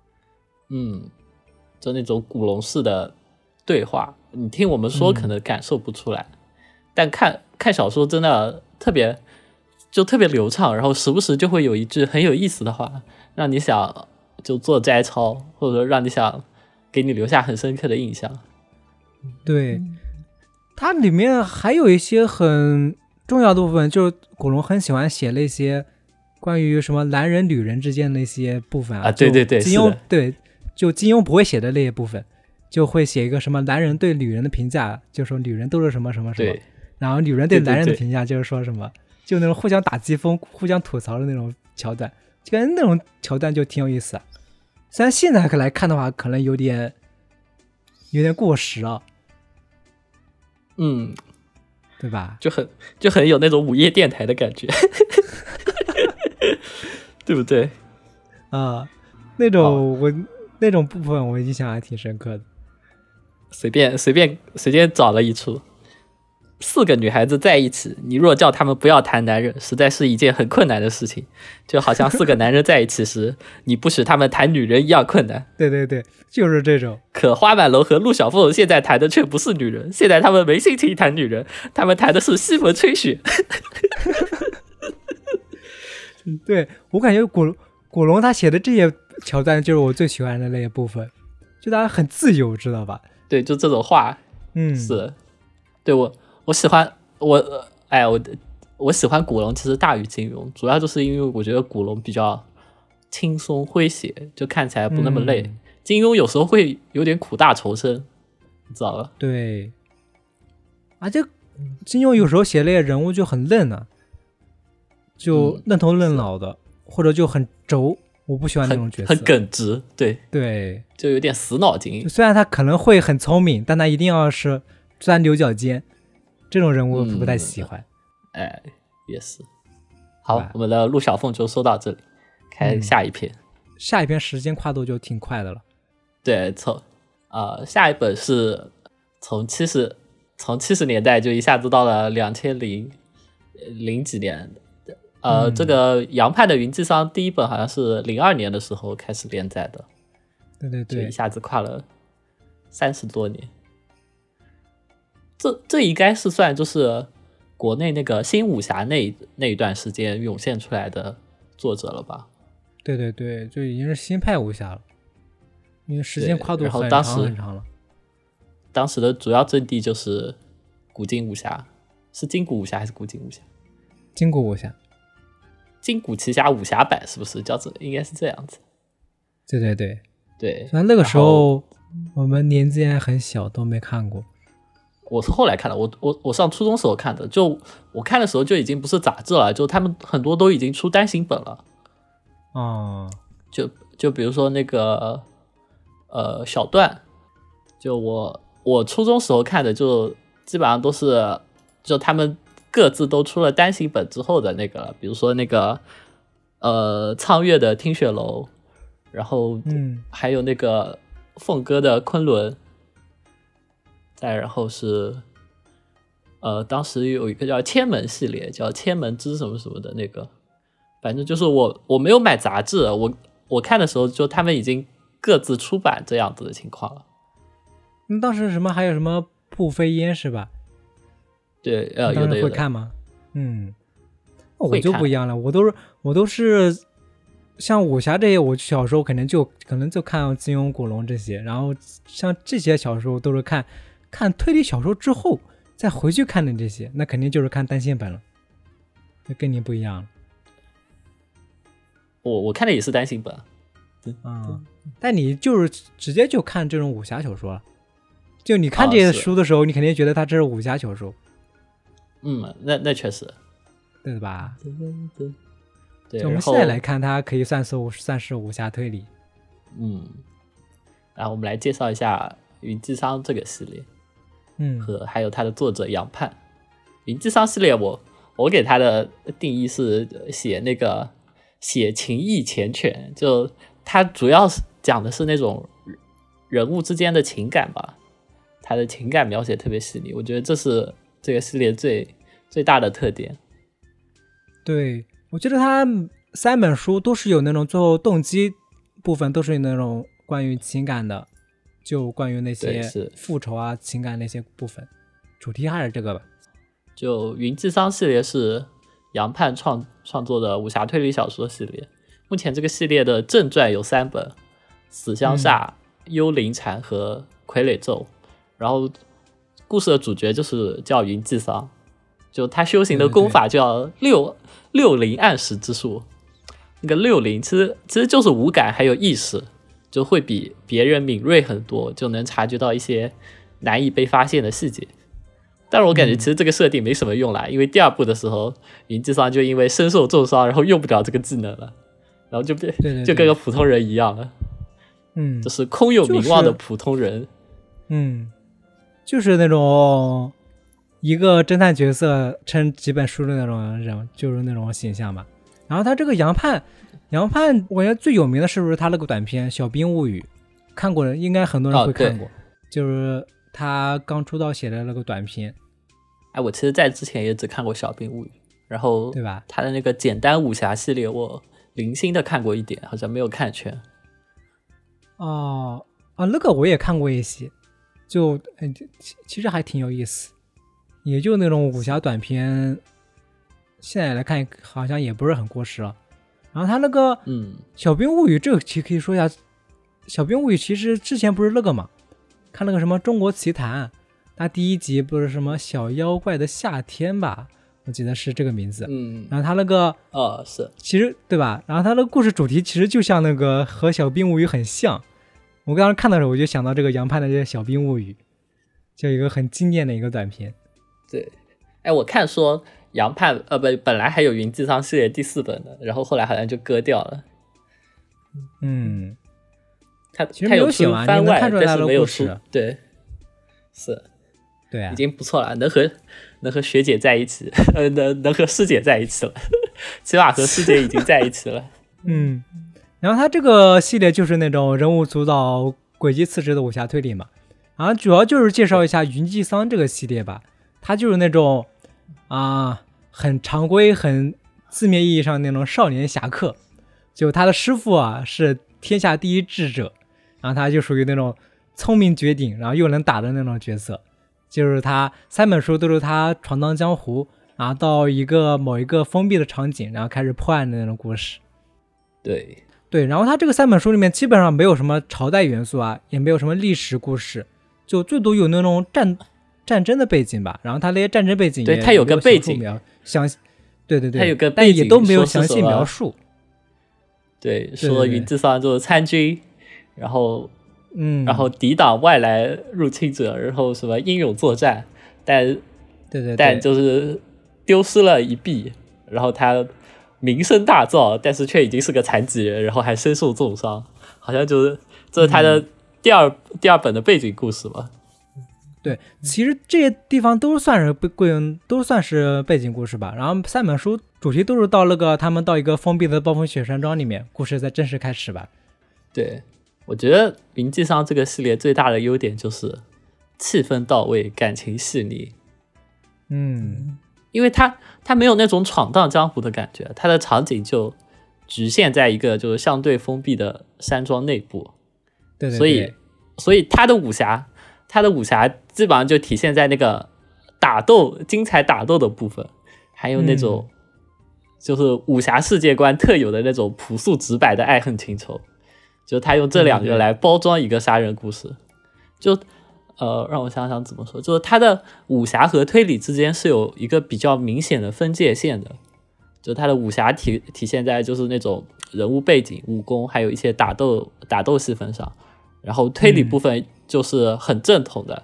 就那种古龙式的对话，你听我们说可能感受不出来，但看小说真的特别流畅，然后时不时就会有一句很有意思的话，让你想就做摘抄，或者让你想给你留下很深刻的印象。 对，它里面还有一些很重要的部分，就是古龙很喜欢写那些关于什么男人女人之间的那些部分啊。 对， 金庸对，就金庸不会写的那些部分，就会写一个什么男人对女人的评价，就说女人都是什么什么什么，然后女人对男人的评价就是说什么，就那种互相打击风、互相吐槽的那种桥段，就感觉那种桥段就挺有意思啊。虽然现在来看的话，可能有点过时啊。对吧？ 就很有那种午夜电台的感觉，对不对？ 那种部分我印象还挺深刻的。 随便找了一出，4个女孩子在一起，你若叫她们不要谈男人，实在是一件很困难的事情，就好像4个男人在一起时，你不许他们谈女人一样困难。 对，就是这种。 可花满楼和陆小凤现在谈的却不是女人，现在他们没心情谈女人，他们谈的是西门吹雪。 对，我感觉古龙他写的这些桥段就是我最喜欢的那一部分，就他很自由，知道吧？ 对，就这种话，是，对我喜欢我喜欢古龙，其实大于金庸，主要就是因为我觉得古龙比较轻松诙谐，就看起来不那么累。金庸有时候会有点苦大仇深，你知道吧？ 对，而且金庸有时候写那些人物就很愣啊，就愣头愣脑的，或者就很轴，我不喜欢那种角色， 很耿直，对，就有点死脑筋。 虽然他可能会很聪明，但他一定要是钻牛角尖，这种人物不太喜欢。 也是。好，我们的陆小凤就说到这里，开下一篇。 下一篇时间跨度就挺快的了。 对，下一本是从70年代就一下子到了2000几年。这个杨盼的云继桑第一本好像是02年的时候开始连载的。 对， 就一下子跨了30多年。这应该是算就是国内那个新武侠那一段时间涌现出来的作者了吧？ 对，就已经是新派武侠了，因为时间跨度很长很长了。 当时的主要阵地就是古今武侠，是今古武侠还是古今武侠？ 今古武侠， 今古奇侠武侠版是不是叫这？应该是这样子。 对。那个时候我们年纪还很小，都没看过。 我是后来看的，我上初中时候看的，就我看的时候就已经不是杂志了，就他们很多都已经出单行本了。就比如说那个小段，就我初中时候看的，就基本上都是就他们各自都出了单行本之后的那个，比如说那个苍月的听雪楼，然后还有那个凤歌的昆仑，再然后是当时有一个叫千门系列，叫千门之什么什么的那个，反正就是我没有买杂志，我看的时候就他们已经各自出版这样子的情况了。 当时还有什么步飞烟是吧？ 对， 当时会看吗？我就不一样了，我都是像武侠这些，我小时候可能就看金庸、古龙这些，然后像这些小说都是看推理小说之后再回去看的这些，那肯定就是看单行本了，就跟你不一样了。 我看的也是单行本， 但你就是直接就看这种武侠小说了。 就你看这些书的时候，你肯定觉得它这是武侠小说。 那确实， 对吧？ 对， 就我们现在来看，它可以算是武侠推理。 然后我们来介绍一下云之桑这个系列，和还有它的作者杨盼。云之桑系列我给它的定义是写情义缱绻，就它主要讲的是那种人物之间的情感吧，它的情感描写特别细腻，我觉得这是这个系列最大的特点。 对，我觉得它3本书都是有那种最后动机部分都是有那种关于情感的，就关于那些复仇啊情感那些部分，主题还是这个吧。 就云之桑系列是杨盼创作的武侠推理小说系列，目前这个系列的正传有3本，死香煞、幽灵禅和傀儡咒，然后故事的主角就是叫云之桑，就他修行的功法叫六灵暗识之术。那个六灵其实就是五感还有意识，就会比别人敏锐很多，就能察觉到一些难以被发现的细节。但是我感觉其实这个设定没什么用啦，因为第2部的时候云之桑就因为身受重伤，然后用不了这个技能了，然后就跟个普通人一样了。就是空有名望的普通人。 就是那种一个侦探角色撑几本书的那种人，就是那种形象吧。然后他这个杨盼，我觉得最有名的是不是他那个短片《小兵物语》？看过的应该很多人会看过，就是他刚出道写的那个短片。 我其实在之前也只看过《小兵物语》，然后对吧？ 他的那个简单武侠系列我零星的看过一点，好像没有看全。 那个我也看过一些，就其实还挺有意思，也就那种武侠短片，现在来看好像也不是很过时了。然后他那个小兵物语这个其实可以说一下，小兵物语其实之前不是那个嘛，看那个什么中国奇谭，他第1集不是什么小妖怪的夏天吧，我记得是这个名字。然后他那个是， 其实对吧？然后他的故事主题其实就像那个和小兵物语很像。我当时看的时候我就想到这个杨盼的这个小兵物语，就一个很经典的一个短片。 对，我看说杨盼本来还有云之桑系列第4本的，然后后来好像就割掉了。他其实没有写完， 番外， 看出来他的故事。 对，是， 对已经不错了，能和学姐在一起，能和师姐在一起了，起码和师姐已经在一起了。 然后他这个系列就是那种人物主导、轨迹刺直的武侠推理嘛。然后主要就是介绍一下云之桑这个系列吧，它就是那种很常规、很字面意义上那种少年侠客。就他的师傅是天下第一智者，然后他就属于那种聪明绝顶，然后又能打的那种角色。就是他3本书都是他闯荡江湖，然后到某一个封闭的场景，然后开始破案的那种故事。对，然后他这个3本书里面基本上没有什么朝代元素也没有什么历史故事，就最多有那种战争的背景吧。然后他那些战争背景也他有个背景对， 他有个背景， 但也都没有详细描述。 对，说云之桑就是参军，然后抵挡外来入侵者，然后什么英勇作战，但就是丢失了一臂，然后他名声大噪，但是却已经是个残疾人，然后还身受重伤，好像这是他的第二本的背景故事吧。 对，其实这些地方都算是背景故事吧。然后3本书主题都是到他们到一个封闭的暴风雪山庄里面，故事才正式开始吧。 对，我觉得云之桑这个系列最大的优点就是气氛到位，感情细腻。因为他没有那种闯荡江湖的感觉，他的场景就局限在一个就是相对封闭的山庄内部。 对， 所以他的武侠基本上就体现在那个精彩打斗的部分，还有那种就是武侠世界观特有的那种朴素直白的爱恨情仇，就他用这2个来包装一个杀人故事。就让我想想怎么说，就是他的武侠和推理之间是有一个比较明显的分界线的。就他的武侠体现在就是那种人物背景、武功，还有一些打斗戏份上，然后推理部分就是很正统的，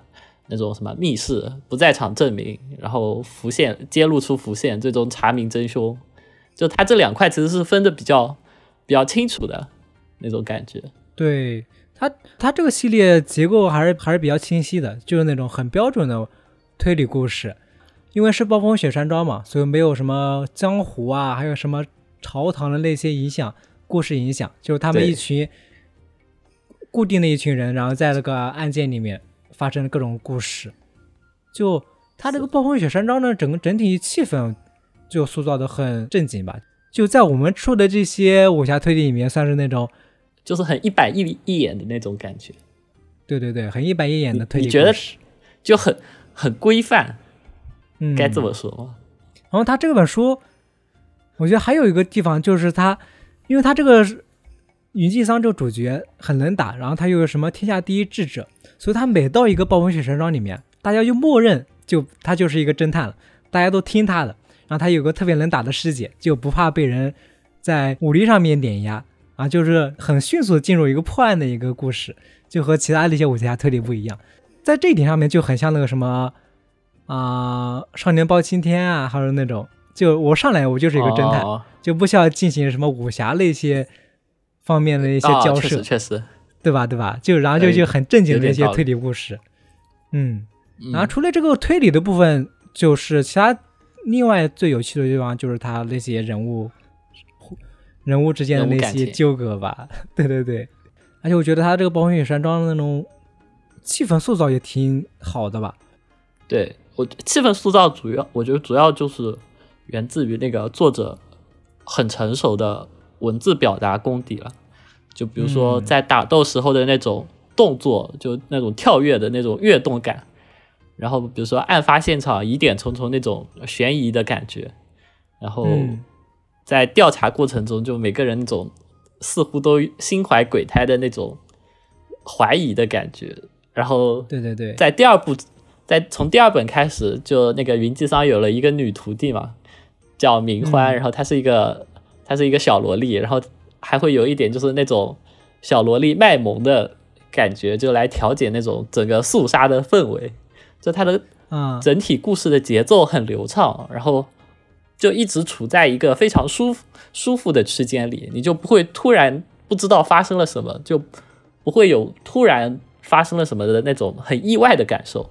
那种什么密室不在场证明，然后浮现揭露出浮现，最终查明真凶，就他这两块其实是分的比较清楚的那种感觉。 对，它这个系列结构还是比较清晰的，就是那种很标准的推理故事。因为是暴风雪山庄嘛，所以没有什么江湖啊，还有什么朝堂的那些故事影响，就是他们一群固定的一群人，然后在那个案件里面发生各种故事。就他这个暴风雪山庄呢，整体气氛就塑造的很正经吧，就在我们出的这些武侠推理里面，算是那种就是很一板一眼的那种感觉。 对对对，很一板一眼的推理故事。 你觉得就很规范，该这么说吗？ 然后他这本书，我觉得还有一个地方就是因为他这个云继桑这个主角很能打，然后他又有什么天下第一智者，所以他每到一个暴风雪山庄里面，大家就默认他就是一个侦探了，大家都听他的。然后他有个特别能打的师姐，就不怕被人在武力上面碾压啊，就是很迅速的进入一个破案的一个故事，就和其他的一些武侠推理不一样。在这一点上面就很像那个什么少年包青天啊，还有那种就我上来我就是一个侦探，就不需要进行什么武侠那些方面的一些交涉， 确实，对吧？然后就很正经的一些推理故事。然后除了这个推理的部分，就是其他另外最有趣的地方就是他那些人物之间的那些纠葛吧。对对对，而且我觉得他这个暴风雪山庄的那种气氛塑造也挺好的吧。 对，气氛塑造我觉得主要就是源自于那个作者很成熟的文字表达功底了。就比如说在打斗时候的那种动作，就那种跳跃的那种跃动感，然后比如说案发现场疑点重重那种悬疑的感觉，然后在调查过程中就每个人那种似乎都心怀鬼胎的那种怀疑的感觉。然后对对对， 从第二本开始，就那个云继桑有了一个女徒弟嘛，叫明欢，然后她是一个小萝莉，然后还会有一点就是那种小萝莉卖萌的感觉，就来调节那种整个肃杀的氛围。就它的整体故事的节奏很流畅，然后就一直处在一个非常舒服的区间里，你就不会突然不知道发生了什么，就不会有突然发生了什么的那种很意外的感受。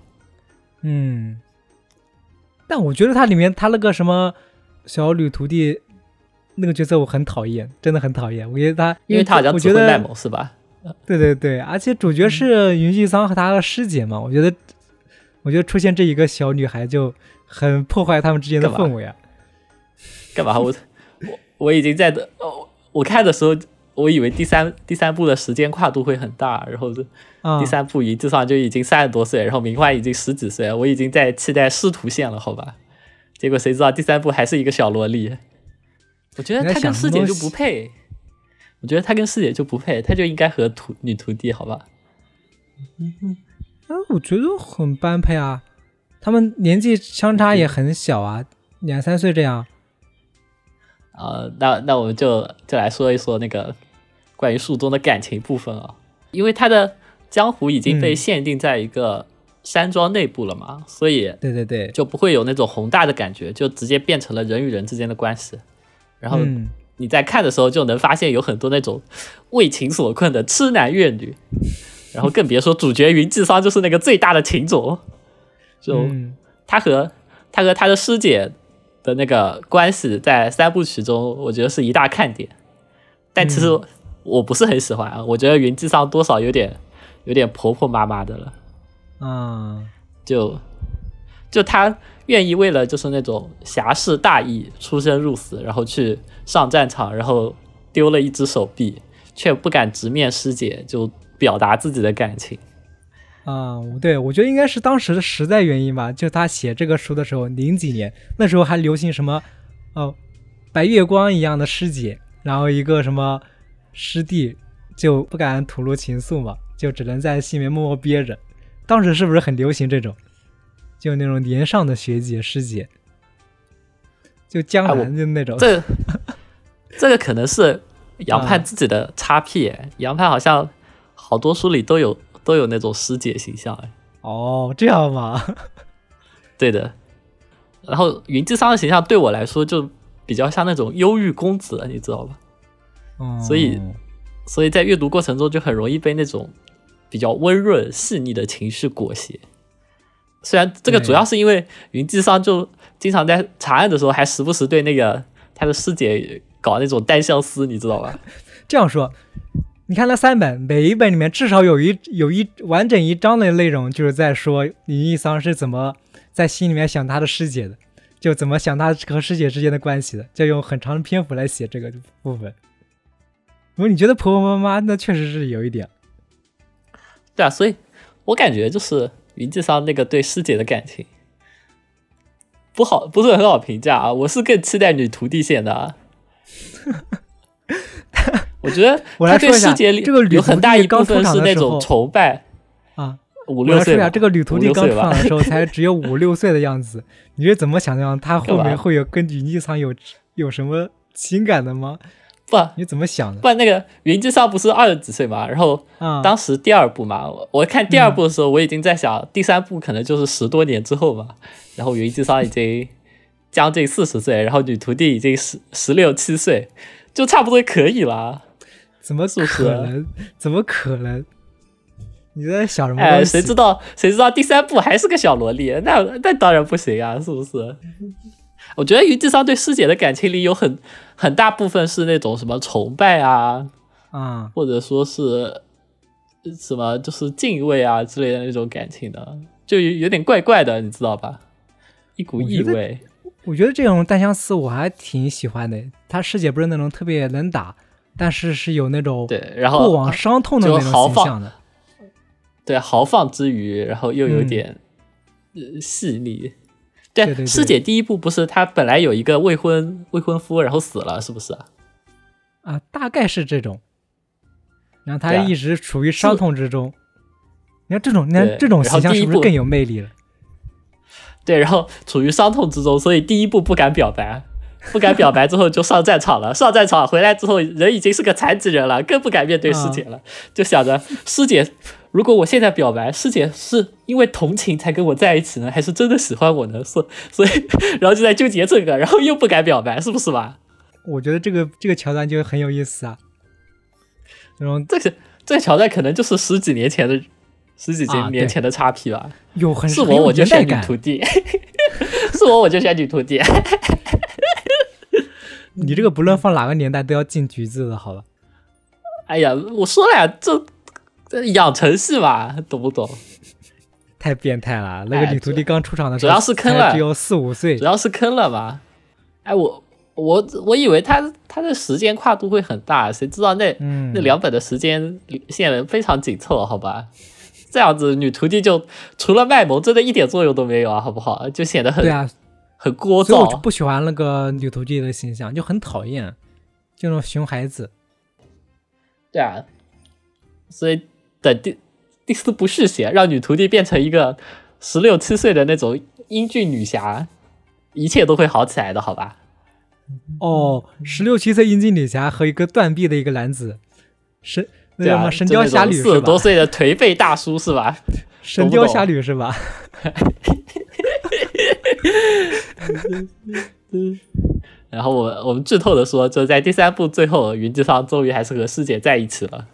但我觉得它里面他那个什么小女徒弟那个角色我很讨厌，真的很讨厌。我觉得因为他好像只会卖萌是吧？ 对对对，而且主角是云继桑和他的师姐嘛，我觉得出现这一个小女孩就很破坏他们之间的氛围啊。 干嘛？我已经在我看的时候，我以为第三部的时间跨度会很大，然后第三部云继桑就已经30多岁，然后明欢已经10几岁，我已经在期待师徒线了，好吧？结果谁知道第三部还是一个小萝莉。我觉得他跟师姐就不配，他就应该和女徒弟，好吧？ 我觉得很般配啊，他们年纪相差也很小啊，2-3岁这样。 那我们就来说一说那个关于书中的感情部分啊，因为他的江湖已经被限定在一个山庄内部了嘛，所以对对对， 就不会有那种宏大的感觉，就直接变成了人与人之间的关系。然后你在看的时候就能发现有很多那种为情所困的痴男怨女，然后更别说主角云继桑就是那个最大的情种。就他和他的师姐的那个关系在3部曲中我觉得是一大看点，但其实我不是很喜欢啊，我觉得云继桑多少有点婆婆妈妈的了。就他愿意为了就是那种侠士大义出生入死，然后去上战场，然后丢了一只手臂，却不敢直面师姐，就表达自己的感情。 对，我觉得应该是当时的时代原因吧。就他写这个书的时候，00几年，那时候还流行什么白月光一样的师姐，然后一个什么师弟就不敢吐露情愫嘛，就只能在心里面默默憋着。当时是不是很流行这种？就那种年上的学姐师姐，就江南就那种。 这个可能是杨盼自己的XP，杨盼好像好多书里都有那种师姐形象。 哦，这样吗？ 对的。然后云智商的形象对我来说就比较像那种忧郁公子，你知道吧？所以在阅读过程中就很容易被那种比较温润细腻的情绪裹挟。虽然这个主要是因为云智商就经常在查案的时候还时不时对那个他的师姐搞那种单相思，你知道吧？ 这样说，你看那3本，每一本里面至少有一完整一章的内容，就是在说林一桑是怎么在心里面想他的师姐的，就怎么想他和师姐之间的关系的，就用很长的篇幅来写这个部分。如果你觉得婆婆妈妈，那确实是有一点。 对啊，所以我感觉就是云智商那个对师姐的感情不是很好评价啊。我是更期待女徒弟线的啊。我觉得他对师姐里有很大一部分是那种崇拜啊。 5、6岁吧， 这个女徒弟刚出场的时候才只有5、6岁的样子，你是怎么想象他后面会有跟云智商有什么情感的吗？ 不， 你怎么想的？ 不然那个云智商不是20几岁嘛？然后当时第2部嘛，我看第2部的时候，我已经在想第3部可能就是10多年之后嘛。然后云智商已经将近40岁，然后女徒弟已经16、17岁，就差不多可以了。 怎么可能？怎么可能？你在想什么东西？ 谁知道第3部还是个小萝莉？那当然不行啊，是不是？我觉得云智商对师姐的感情里有很大部分是那种什么崇拜啊，或者说是什么就是敬畏啊之类的那种感情的，就有点怪怪的，你知道吧？一股异味。 我觉得这种单相思我还挺喜欢的。他师姐不是那种特别能打，但是有那种对，然后过往伤痛的那种形象的。 对，豪放之余，然后又有点细腻。对，师姐第1部不是她本来有一个未婚夫，然后死了，是不是啊？大概是这种。然后她一直处于伤痛之中。你看这种形象是不是更有魅力了？ 对，然后处于伤痛之中，所以第1部不敢表白，之后就上战场了。上战场回来之后，人已经是个残疾人了，更不敢面对师姐了。就想着师姐，如果我现在表白，师姐是因为同情才跟我在一起呢，还是真的喜欢我呢？所以，然后就在纠结这个，然后又不敢表白，是不是吧？ 我觉得这个桥段就很有意思啊。 这个桥段可能就是十几年前的叉 P 吧。是我就选女徒弟，是我就选女徒弟。 你这个不论放哪个年代都要进橘子的，好吧？ 哎呀，我说了呀，这养成系嘛，懂不懂？ 太变态了！那个女徒弟刚出场的时候， 主要是坑了， 只有4、5岁， 主要是坑了嘛。哎，我以为他的时间跨度会很大，谁知道那2本的时间线非常紧凑，好吧？这样子女徒弟就除了卖萌，真的一点作用都没有啊，好不好？就显得很聒噪。 所以我就不喜欢那个女徒弟的形象，就很讨厌，就那种熊孩子。 对啊，所以等第4部续写，让女徒弟变成一个16、17岁的那种英俊女侠，一切都会好起来的，好吧 ？16、17岁英俊女侠和一个断臂的一个男子，那叫什么《神雕侠侣》 40多岁的颓废大叔是吧？《 神雕侠侣》是吧？ 然后我们剧透的说，就在第3部最后，云智商终于还是和师姐在一起了。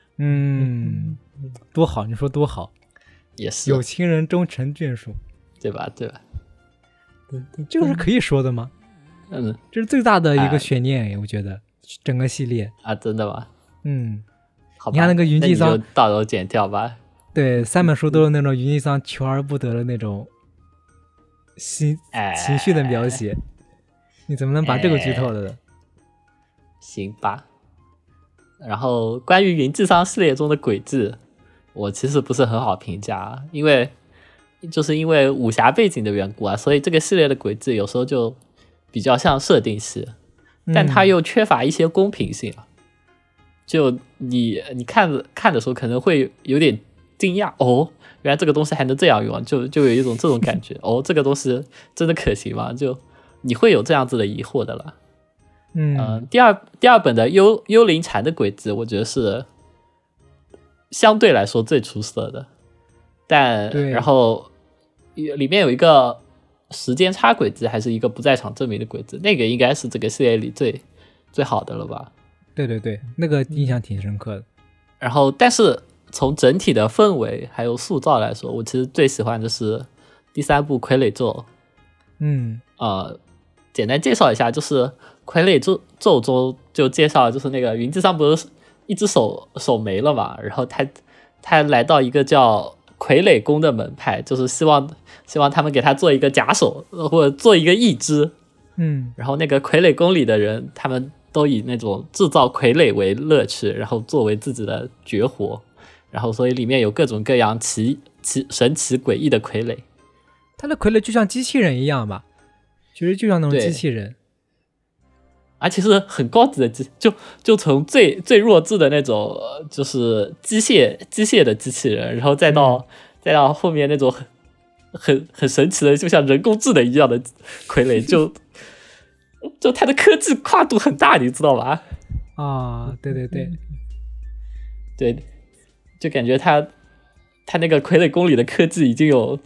多好！你说多好？ 也是有情人终成眷属， 对吧？ 这个是可以说的吗？这是最大的一个悬念，我觉得整个系列啊，真的吗？好吧， 你看那个云智商， 到时候剪掉吧。 对，3本书都是那种云智商求而不得的那种情绪的描写，你怎么能把这个剧透了呢？ 行吧。然后关于云智商系列中的轨迹，我其实不是很好评价，因为武侠背景的缘故啊，所以这个系列的轨迹有时候就比较像设定系，但它又缺乏一些公平性啊。就你看的时候可能会有点惊讶，原来这个东西还能这样用，就有一种这种感觉。这个东西真的可行吗？就你会有这样子的疑惑的了。第二本的幽灵蝉的轨迹，我觉得是相对来说最出色的。 对然后里面有一个时间差轨迹，还是一个不在场证明的轨迹，那个应该是这个系列里最好的了吧。 对对对，那个印象挺深刻的。 然后但是从整体的氛围还有塑造来说，我其实最喜欢的是第3部傀儡咒。简单介绍一下，就是傀儡咒中就介绍，就是那个云之上不是一只手没了嘛，然后他来到一个叫傀儡宫的门派，就是希望他们给他做一个假手或者做一个义肢。然后那个傀儡宫里的人，他们都以那种制造傀儡为乐趣，然后作为自己的绝活，然后所以里面有各种各样神奇诡异的傀儡。 他的傀儡就像机器人一样吧，其实就像那种机器人， 而且是很高级的就从最弱智的那种就是机械的机器人，然后再到后面那种很神奇的就像人工智能一样的傀儡，就它的科技跨度很大，你知道吧？ 对对对对，就感觉他那个傀儡宫里的科技已经有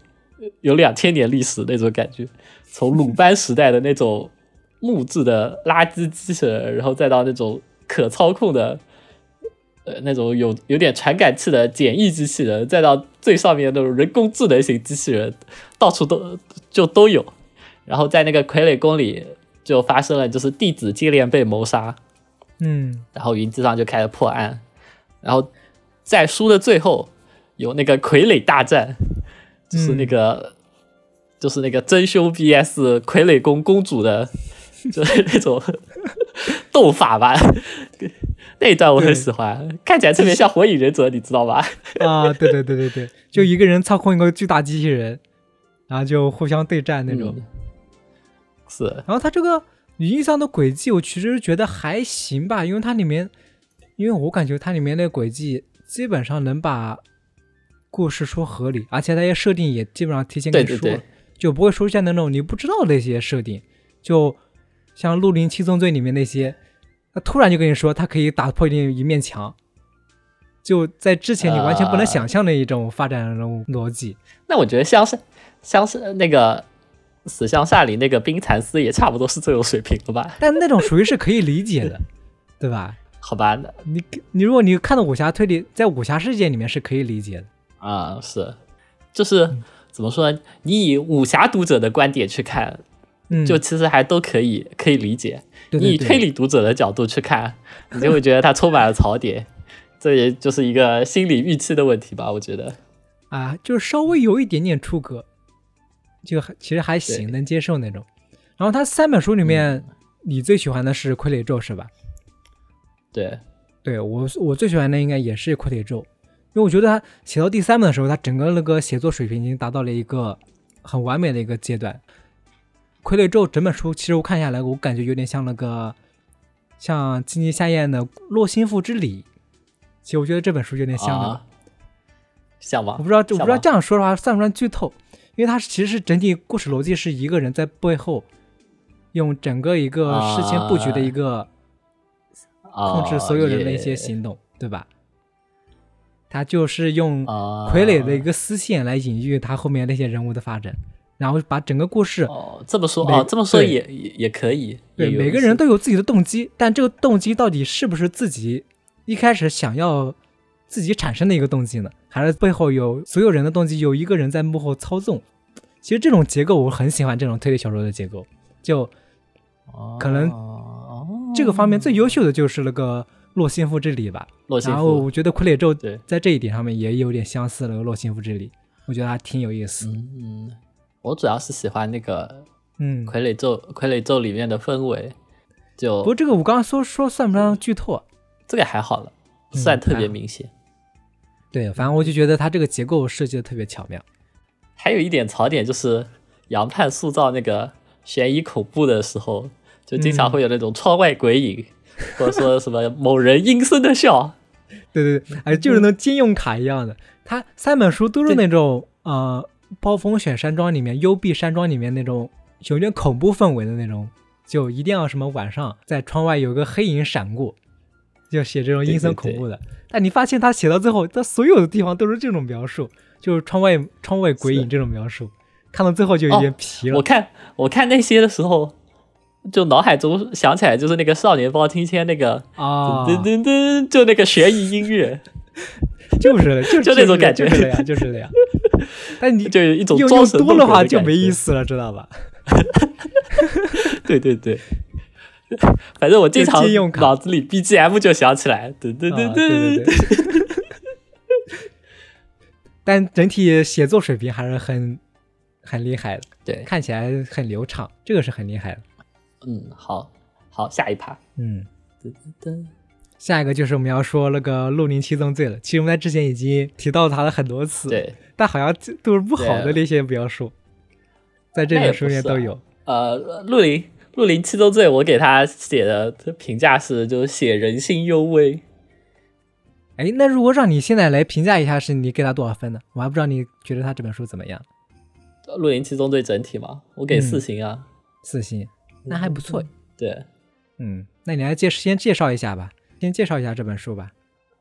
2000年历史那种感觉，从鲁班时代的那种木质的垃圾机器人，然后再到那种可操控的那种有点传感器的简易机器人，再到最上面那种人工智能型机器人，到处都有。然后在那个傀儡宫里就发生了，就是弟子接连被谋杀，然后云之上就开始破案，然后在书的最后有那个傀儡大战，就是那个真凶 BS 傀儡宫公主的，就是那种斗法吧。那一段我很喜欢，看起来特别像火影忍者，你知道吧？ 对对对对对，就一个人操控一个巨大机器人，然后就互相对战那种。 是。 然后他这个语音上的轨迹，我其实觉得还行吧，因为我感觉它里面的轨迹基本上能把故事说合理，而且它些设定也基本上提前跟你说了， 对， 就不会出现那种你不知道的那些设定，就像《鹿林七宗罪》里面那些，他突然就跟你说他可以打破一面墙，就在之前你完全不能想象的一种发展的那种逻辑。 那我觉得像是那个死相煞里那个冰蚕丝也差不多是这种水平了吧？ 但那种属于是可以理解的，对吧？ 好吧， 你如果你看到武侠推理，在武侠世界里面是可以理解的是，就是怎么说呢？你以武侠读者的观点去看，就其实还都可以理解。 对对对， 你以推理读者的角度去看，你就会觉得它充满了槽点，这也就是一个心理预期的问题吧？我觉得就是稍微有一点点出格，就其实还行，能接受那种。然后他3本书里面，你最喜欢的是傀儡咒是吧？对，我最喜欢的应该也是傀儡咒，因为我觉得他写到第3本的时候，他整个那个写作水平已经达到了一个很完美的一个阶段。傀儡咒整本书其实我看下来，我感觉有点像像金鸡夏彦的《洛心腹之礼》，其实我觉得这本书有点像像吗？ 我不知道这样说的话算不算剧透，因为它其实是整体故事逻辑是一个人在背后用整个一个事前布局的一个控制所有人的一些行动，对吧？他就是用傀儡的一个丝线来隐喻他后面那些人物的发展，然后把整个故事这么说也可以。 对，每个人都有自己的动机，但这个动机到底是不是自己一开始想要自己产生的一个动机呢？还是背后有所有人的动机，有一个人在幕后操纵？其实这种结构我很喜欢，这种推理小说的结构，就可能这个方面最优秀的就是那个洛心腹之礼吧。然后我觉得傀儡咒在这一点上面也有点相似的洛心腹之礼，我觉得还挺有意思。 我主要是喜欢那个傀儡咒里面的氛围。不过这个我刚刚说算不上剧透， 这个还好了，算特别明显。 对，反正我就觉得它这个结构设计的特别巧妙。 还有一点槽点就是杨盼塑造那个悬疑恐怖的时候，就经常会有那种窗外鬼影，或者说什么某人阴森的笑。 对，就是那金庸卡一样的。他3本书都是那种暴风雪山庄里面、幽闭山庄里面那种有点恐怖氛围的那种，就一定要什么晚上在窗外有个黑影闪过， 就写这种阴森恐怖的。但你发现他写到最后，他所有的地方都是这种描述，就是窗外鬼影这种描述，看到最后就有点疲了。 我看那些的时候，就脑海中想起来就是那个少年包青天那个噔噔噔，就那个悬疑音乐。 就是就那种感觉， 就是那样。但你就有一种用多的话就没意思了，知道吧？ 对，反正我经常脑子里 BGM 就响起来，对。 但整体写作水平还是很厉害的， 对， 看起来很流畅，这个是很厉害的。 好，下一趴， 下一个就是我们要说那个绿林七宗罪了。其实我们在之前已经提到他了很多次， 对， 但好像都是不好的那些描述，在这本书里面都有。 绿林七宗罪，我给他写的评价是，就是写人性幽微。 哎，那如果让你现在来评价一下，是你给他多少分呢？我还不知道你觉得他这本书怎么样。 绿林七宗罪整体嘛，我给4星啊 ，4星，那还不错。 对， 那你来先介绍一下吧。先介绍一下这本书吧。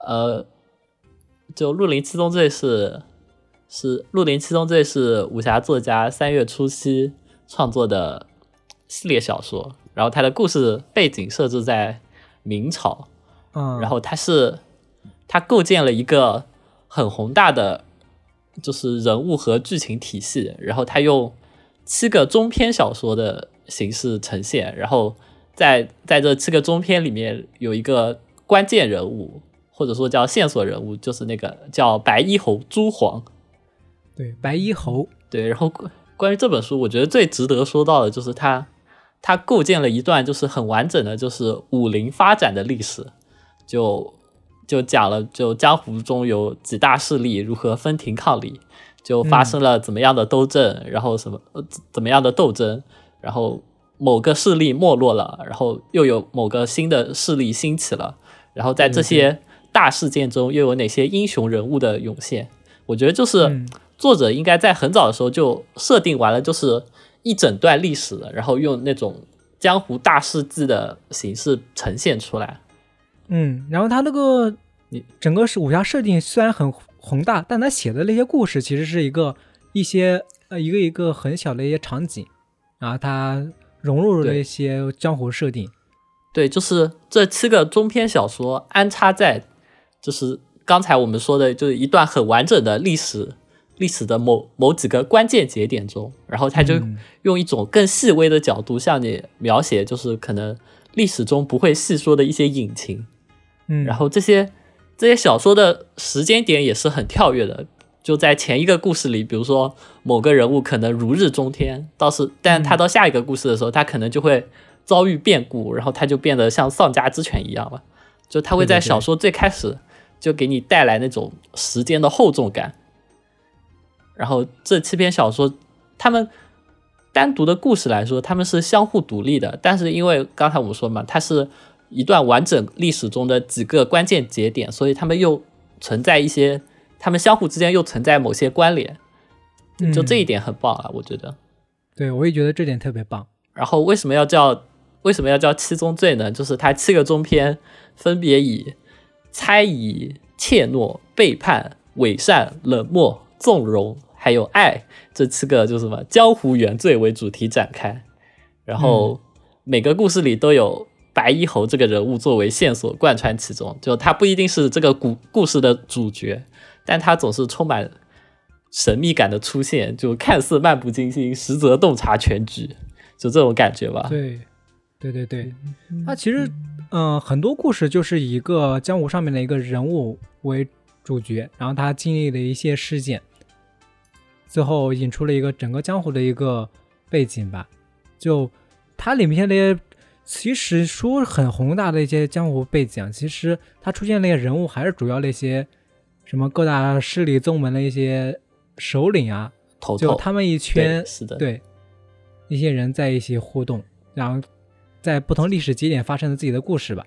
就绿林七宗罪是绿林七宗罪是武侠作家3月初期创作的系列小说，然后它的故事背景设置在明朝，然后它构建了一个很宏大的就是人物和剧情体系，然后它用7个中篇小说的形式呈现，然后在这7个中篇里面有一个关键人物，或者说叫线索人物，就是那个叫白衣侯朱黄。 对，白衣侯。对， 然后关于这本书，我觉得最值得说到的就是它构建了一段就是很完整的，就是武林发展的历史，就讲了就江湖中有几大势力如何分庭抗礼，就发生了怎么样的斗争，然后怎么样的斗争，然后某个势力没落了，然后又有某个新的势力兴起了，然后在这些大事件中又有哪些英雄人物的涌现。我觉得就是作者应该在很早的时候就设定完了，就是一整段历史，然后用那种江湖大事记的形式呈现出来。 然后他那个整个武侠设定虽然很宏大，但他写的那些故事其实是一个很小的一些场景，然后他融入了一些江湖设定。 对，就是这7个中篇小说安插在就是刚才我们说的就是一段很完整的历史的某几个关键节点中，然后他就用一种更细微的角度向你描写就是可能历史中不会细说的一些隐情。然后这些小说的时间点也是很跳跃的，就在前一个故事里，比如说某个人物可能如日中天，但他到下一个故事的时候，他可能就会遭遇变故，然后他就变得像丧家之犬一样了。就他会在小说最开始就给你带来那种时间的厚重感。然后这7篇小说他们单独的故事来说他们是相互独立的，但是因为刚才我们说嘛，它是一段完整历史中的几个关键节点，所以他们又存在一些，他们相互之间又存在某些关联，就这一点很棒啊，我觉得。 对，我也觉得这点特别棒。 然后为什么要叫七宗罪呢？就是它7个中篇分别以猜疑、怯懦、背叛、伪善、冷漠、纵容还有爱这7个就是什么江湖原罪为主题展开，然后每个故事里都有白衣侯这个人物作为线索贯穿其中，就他不一定是这个故事的主角，但他总是充满神秘感的出现，就看似漫不经心，实则洞察全局，就这种感觉吧。 对，他其实很多故事就是以一个江湖上面的一个人物为主角，然后他经历了一些事件，最后引出了一个整个江湖的一个背景吧。就它里面那些其实说很宏大的一些江湖背景，其实它出现那些人物还是主要那些什么各大势力宗门的一些首领啊，就他们一圈， 是的， 对一些人在一起互动，然后在不同历史节点发生的自己的故事吧。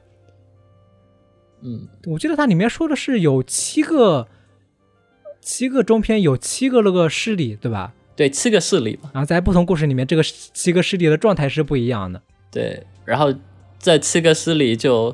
我记得它里面说的是有7个中篇，有7个那个势力，对吧？ 对，7个势力嘛。 然后在不同故事里面，这个7个势力的状态是不一样的。 对，然后这7个势力就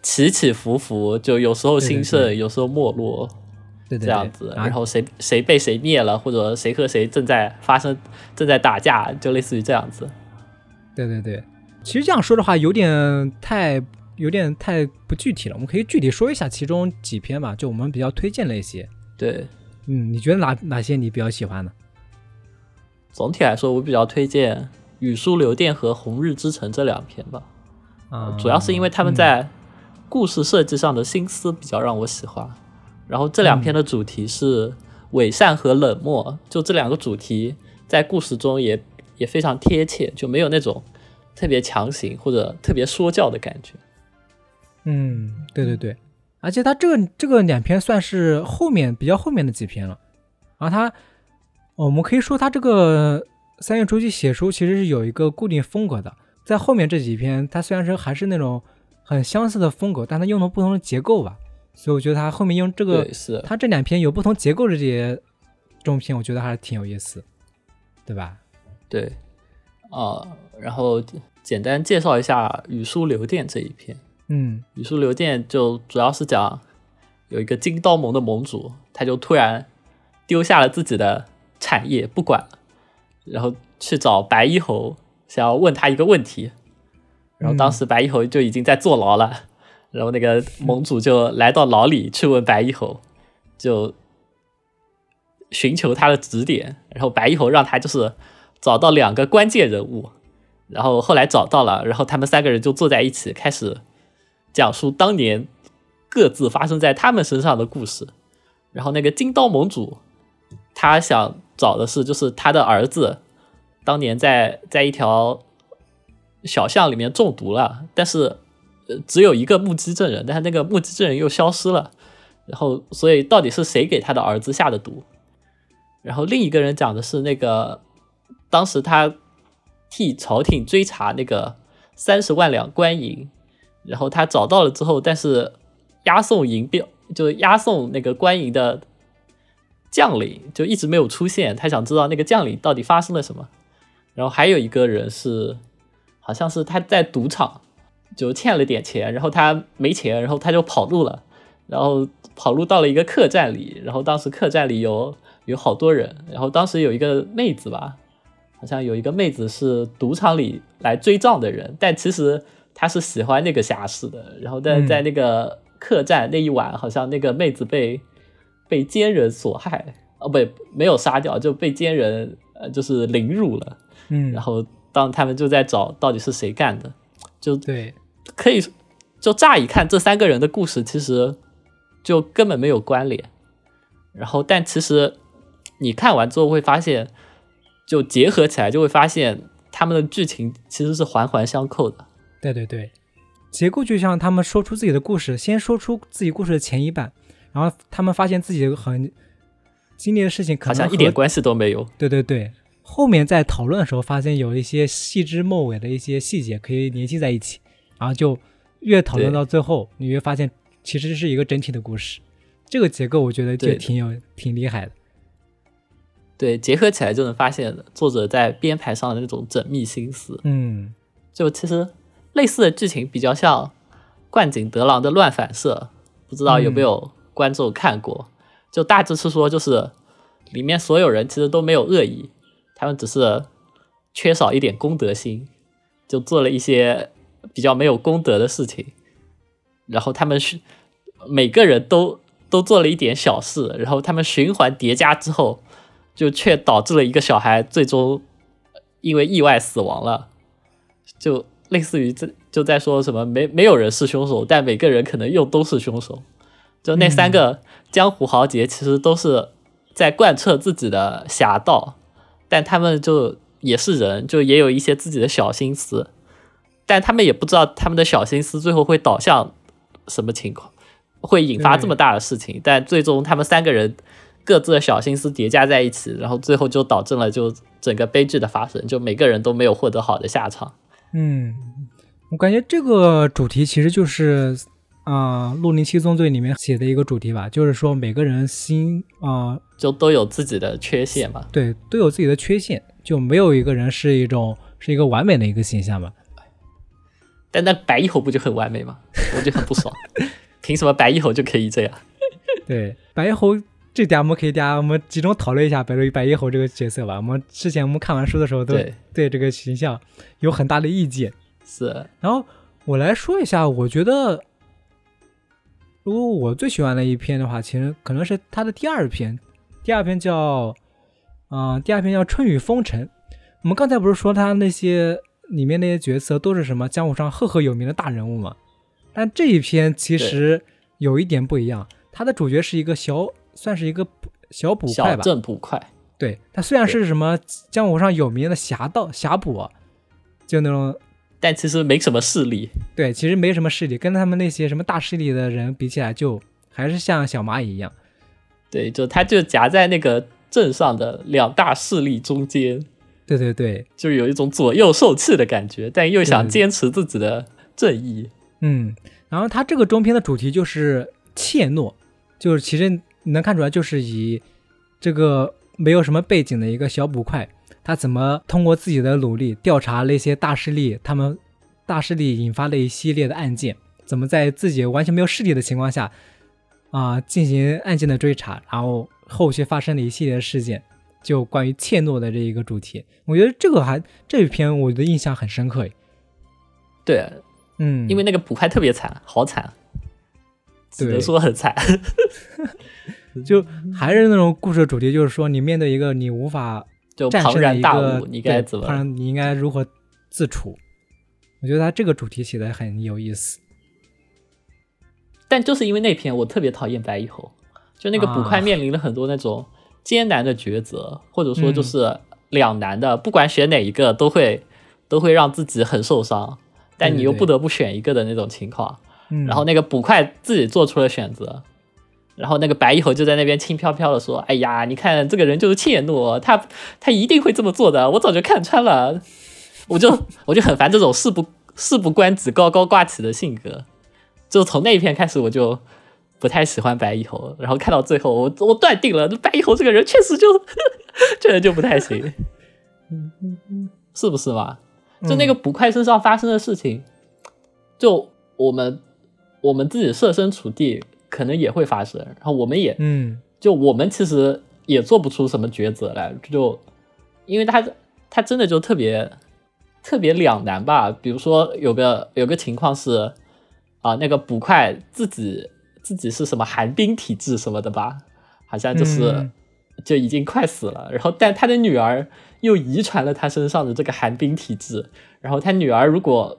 起起伏伏，就有时候兴盛， 对有时候没落， 对对对， 这样子。然后谁被谁灭了，或者谁和谁正在打架，就类似于这样子。 对对对，其实这样说的话有点太不具体了，我们可以具体说一下其中几篇吧，就我们比较推荐的一些。 对， 你觉得哪些你比较喜欢呢？ 总体来说，我比较推荐《语书流电》和《红日之城》这两篇吧。主要是因为他们在故事设计上的心思比较让我喜欢。然后这两篇的主题是伪善和冷漠，就这两个主题在故事中也非常贴切，就没有那种特别强行或者特别说教的感觉。 对对对，而且它这个两篇算是比较后面的几篇了。然后我们可以说它这个三月初期写书其实是有一个固定风格的，在后面这几篇它虽然说还是那种很相似的风格，但它用了不同的结构吧，所以我觉得它后面用这个它这两篇有不同结构的这些中篇，我觉得还是挺有意思，对吧？ 对，然后简单介绍一下《语书流电》这一篇。语书流电就主要是讲有一个金刀盟的盟主，他就突然丢下了自己的产业不管了，然后去找白衣侯，想要问他一个问题。然后当时白衣侯就已经在坐牢了，然后那个盟主就来到牢里去问白衣侯，就寻求他的指点。然后白衣侯让他就是找到2个关键人物，然后后来找到了，然后他们3个人就坐在一起开始讲述当年各自发生在他们身上的故事。然后那个金刀盟主他想找的是就是他的儿子当年在一条小巷里面中毒了，但是只有一个目击证人，但是那个目击证人又消失了，然后所以到底是谁给他的儿子下的毒。然后另一个人讲的是那个当时他替朝廷追查那个30万两官银，然后他找到了之后，但是押送那个官银的将领就一直没有出现，他想知道那个将领到底发生了什么。然后还有一个人是好像是他在赌场就欠了点钱，然后他没钱，然后他就跑路了，然后跑路到了一个客栈里，然后当时客栈里有好多人，然后当时有一个妹子吧，好像有一个妹子是赌场里来追账的人，但其实她是喜欢那个侠士的。然后在那个客栈那一晚，好像那个妹子被奸人所害，没有杀掉，就被奸人就是凌辱了。然后当他们就在找到底是谁干的，就对， 可以就乍一看这3个人的故事其实就根本没有关联，然后但其实你看完之后会发现，就结合起来就会发现他们的剧情其实是环环相扣的。 对对对，结构就像他们说出自己的故事，先说出自己故事的前一半，然后他们发现自己很经历的事情可能好像一点关系都没有。 对对对，后面在讨论的时候发现有一些细枝末尾的一些细节可以联系在一起，然后就越讨论到最后，你越发现其实是一个整体的故事。这个结构我觉得就挺厉害的。 对，结合起来就能发现作者在编排上的那种缜密心思。就其实类似的剧情比较像灌井德郎的《乱反射》，不知道有没有观众看过。就大致是说，就是里面所有人其实都没有恶意，他们只是缺少一点公德心，就做了一些比较没有公德的事情。然后他们每个人都做了一点小事，然后他们循环叠加之后，就却导致了一个小孩最终因为意外死亡了。就类似于就在说什么没有人是凶手，但每个人可能又都是凶手。就那3个江湖豪杰其实都是在贯彻自己的侠道，但他们就也是人，就也有一些自己的小心思，但他们也不知道他们的小心思最后会导向什么情况，会引发这么大的事情。但最终他们3个人各自的小心思叠加在一起，然后最后就导致了就整个悲剧的发生，就每个人都没有获得好的下场。 我感觉这个主题其实就是鹿林七宗罪里面写的一个主题吧，就是说每个人就都有自己的缺陷嘛。 对，都有自己的缺陷，就没有一个人是一个完美的一个形象吧。 但那白衣猴不就很完美吗？我就很不爽，凭什么白衣猴就可以这样？ 对，白衣猴这点我们可以我们集中讨论一下白衣猴这个角色吧。之前我们看完书的时候都对这个形象有很大的意见。 是， 然后我来说一下，我觉得如果我最喜欢的一篇的话，其实可能是他的第二篇叫春雨风尘。我们刚才不是说他那些里面那些角色都是什么江湖上赫赫有名的大人物吗？但这一篇其实有一点不一样，他的主角是一个算是一个小捕快吧， 小镇捕快。 对，他虽然是什么江湖上有名的侠捕，就那种， 但其实没什么势力。 对，其实没什么势力，跟他们那些什么大势力的人比起来，就还是像小蚂蚁一样。 对，他就夹在那个镇上的两大势力中间。 对对对， 就有一种左右受气的感觉，但又想坚持自己的正义。 然后他这个中篇的主题就是怯懦，就是其实你能看出来，就是以这个没有什么背景的一个小捕快，他怎么通过自己的努力调查那些大势力，他们大势力引发了一系列的案件，怎么在自己完全没有势力的情况下进行案件的追查，然后后续发生了一系列的事件，就关于怯懦的这一个主题。我觉得这一篇我的印象很深刻。 对，因为那个捕快特别惨，好惨，只能说很惨。 就还是那种故事的主题，就是说你面对一个你无法战胜的一个庞然大物，你该怎么？ 你应该如何自处？我觉得他这个主题写的很有意思。 但就是因为那篇，我特别讨厌白衣猴，就那个捕快面临了很多那种艰难的抉择，或者说就是两难的，不管选哪一个都会让自己很受伤，但你又不得不选一个的那种情况。然后那个捕快自己做出了选择，然后那个白衣猴就在那边轻飘飘的说：“哎呀，你看这个人就是怯懦，他一定会这么做的，我早就看穿了。”我就很烦这种事不关己高高挂起的性格。就从那一篇开始，我就不太喜欢白衣猴，然后看到最后，我断定了，白衣猴这个人确实这人就不太行，是不是嘛？就那个捕快身上发生的事情，就我们自己设身处地可能也会发生，然后我们也就我们其实也做不出什么抉择来，就因为他真的就特别两难吧。比如说有个情况是那个捕快自己是什么寒冰体质什么的吧，好像就已经快死了，然后但他的女儿又遗传了他身上的这个寒冰体质，然后他女儿如果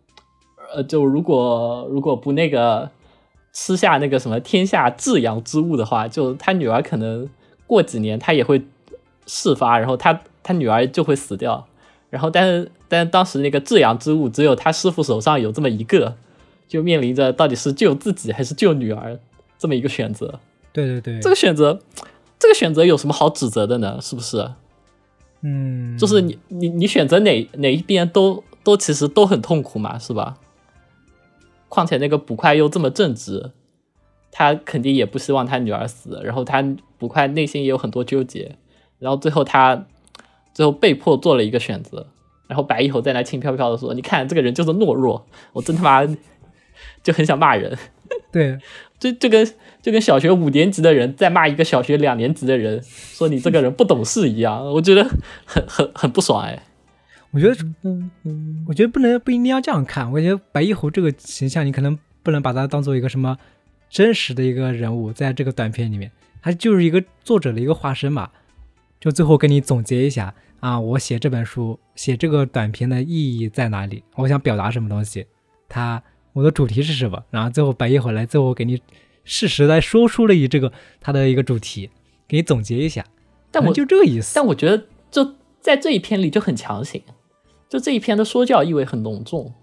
不那个吃下那个什么天下至阳之物的话，就他女儿可能过几年他也会事发，然后他女儿就会死掉，然后但是当时那个至阳之物只有他师傅手上有这么一个，就面临着到底是救自己还是救女儿这么一个选择。 对对对， 这个选择有什么好指责的呢？是不是？就是你选择哪一边都其实都很痛苦嘛，是吧？况且那个捕快又这么正直，他肯定也不希望他女儿死，然后他捕快内心也有很多纠结，然后最后被迫做了一个选择，然后白衣猴在那轻飘飘的说：“你看这个人就是懦弱。”我真他妈就很想骂人。 对， 就跟小学5年级的人在骂一个小学2年级的人，说你这个人不懂事一样，我觉得很不爽哎。 我觉得不一定要这样看。我觉得白衣猴这个形象，你可能不能把它当做一个什么真实的一个人物，在这个短片里面，它就是一个作者的一个化身吧。就最后跟你总结一下我写这本书写这个短片的意义在哪里，我想表达什么东西，我的主题是什么，然后最后白衣猴来最后给你适时来说出了他的一个主题，给你总结一下，但就这个意思。 但我觉得就在这一篇里就很强行，就这一篇的说教意味很浓重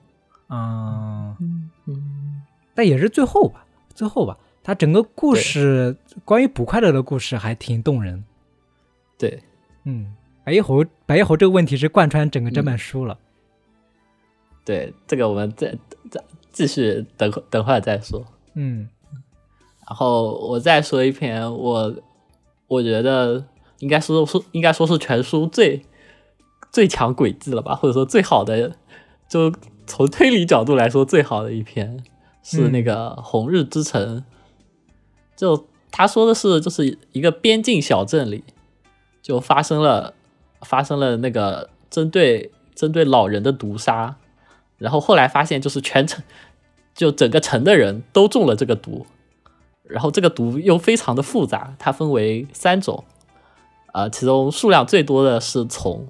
但也是最后吧，他整个故事关于捕快乐的故事还挺动人。 对， 白衣猴这个问题是贯穿整个这本书了。 对，这个我们再继续等会儿再说。然后我再说一篇，我觉得应该说是全书最强轨迹了吧，或者说最好的，就从推理角度来说最好的一篇是那个《红日之城》，就他说的是，就是一个边境小镇里就发生了那个针对老人的毒杀，然后后来发现就是全城就整个城的人都中了这个毒，然后这个毒又非常的复杂，它分为3种，其中数量最多的是虫，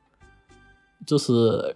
就是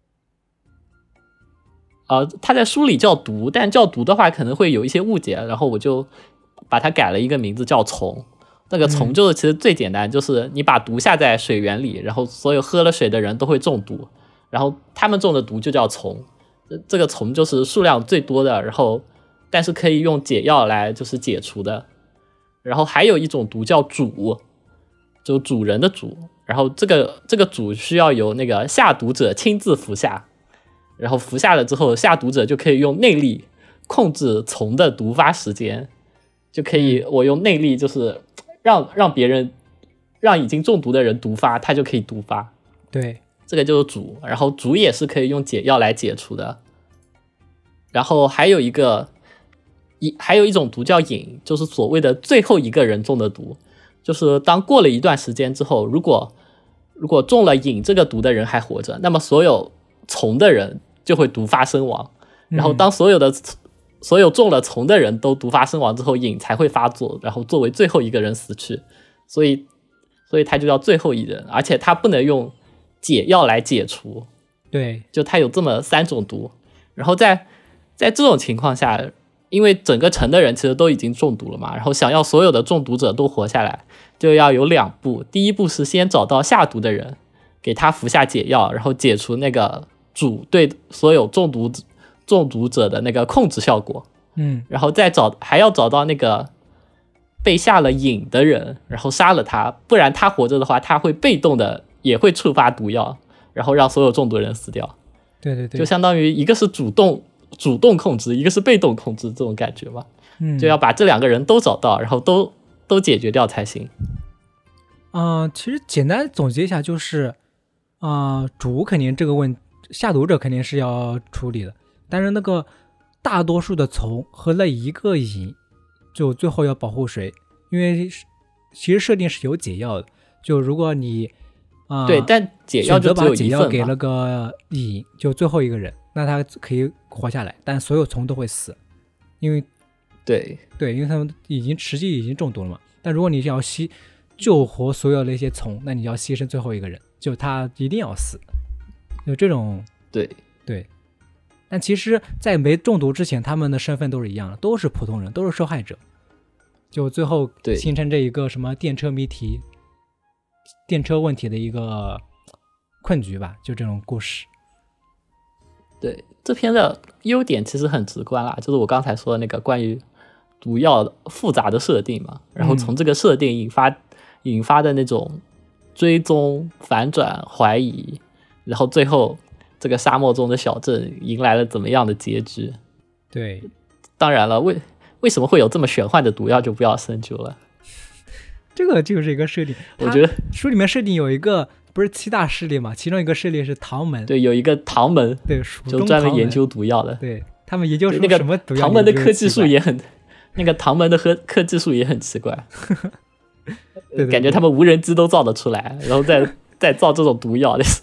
它在书里叫毒，但叫毒的话可能会有一些误解，然后我就把它改了一个名字叫虫。那个虫就是其实最简单，就是你把毒下在水源里，然后所有喝了水的人都会中毒，然后他们中的毒就叫虫。这个虫就是数量最多的，然后但是可以用解药来就是解除的。然后还有一种毒叫主，就主人的主，然后这个主需要由那个下毒者亲自服下，然后服下了之后，下毒者就可以用内力控制虫的毒发时间，就可以我用内力就是让别人让已经中毒的人毒发，他就可以毒发。 对， 这个就是主，然后主也是可以用解药来解除的。然后还有一种毒叫瘾，就是所谓的最后一个人中的毒，就是当过了一段时间之后，如果中了瘾这个毒的人还活着，那么所有虫的人就会毒发身亡。然后当所有中了虫的人都毒发身亡之后，瘾才会发作，然后作为最后一个人死去，所以他就叫最后一人，而且他不能用解药来解除。 对， 就他有这么3种毒，然后在这种情况下，因为整个城的人其实都已经中毒了嘛，然后想要所有的中毒者都活下来，就要有2步。第一步是先找到下毒的人，给他服下解药，然后解除那个主对所有中毒者的那个控制效果。然后还要找到那个被下了瘾的人，然后杀了他，不然他活着的话，他会被动的也会触发毒药，然后让所有中毒人死掉。 对对对， 就相当于一个是主动控制，一个是被动控制，这种感觉嘛。就要把这2个人都找到，然后都解决掉才行。 其实简单总结一下就是，主肯定这个下毒者肯定是要处理的，但是那个大多数的从和那一个瘾，就最后要保护谁？因为其实设定是有解药的，就如果你对，但解药就只有一份嘛， 选择把解药给了个瘾，就最后一个人，那他可以活下来，但所有虫都会死，因为对， 因为他们实际已经中毒了嘛。但如果你要救活所有那些虫，那你要牺牲最后一个人，就他一定要死，有这种对。 但其实在没中毒之前，他们的身份都是一样的，都是普通人，都是受害者，就最后形成这一个什么电车谜题、电车问题的一个困局吧，就这种故事。 对，这篇的优点其实很直观啦，就是我刚才说的那个关于毒药复杂的设定嘛，然后从这个设定引发的那种追踪、反转、怀疑，然后最后这个沙漠中的小镇迎来了怎么样的结局。 对， 当然了，为什么会有这么玄幻的毒药就不要深究了， 这个就是一个设定。 我觉得书里面设定有一个不是7大势力嘛，其中一个势力是唐门， 对，有一个唐门， 对， 就专门研究毒药的， 对，他们研究出什么毒药， 唐门的科技术也很那个唐门的科技术也很奇怪对， 感觉他们无人机都造得出来，然后再造这种毒药的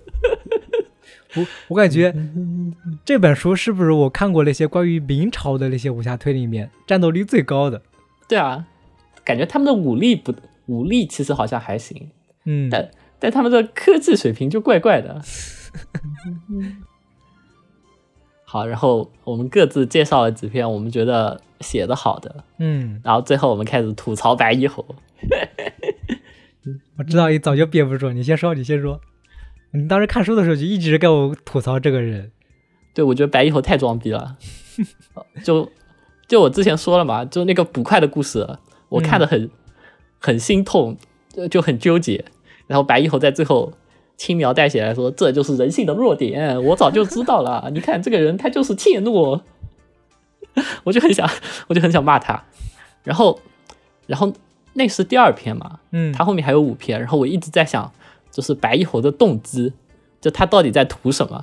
我感觉这本书是不是我看过那些关于明朝的那些武侠推理里面战斗力最高的？ 对啊，感觉他们的武力其实好像还行，但他们的科技水平就怪怪的。好，然后我们各自介绍了几篇我们觉得写的好的，然后最后我们开始吐槽白衣猴。 我知道你早就憋不住，你先说。你当时看书的时候就一直跟我吐槽这个人。 对，我觉得白衣猴太装逼了。就我之前说了嘛，就那个捕快的故事，我看得很心痛，就很纠结。然后白衣猴在最后轻描淡写来说，这就是人性的弱点，我早就知道了。你看这个人他就是怯懦。我就很想骂他。然后那是第2篇嘛，他后面还有5篇，然后我一直在想，就是白衣猴的动机，就他到底在图什么？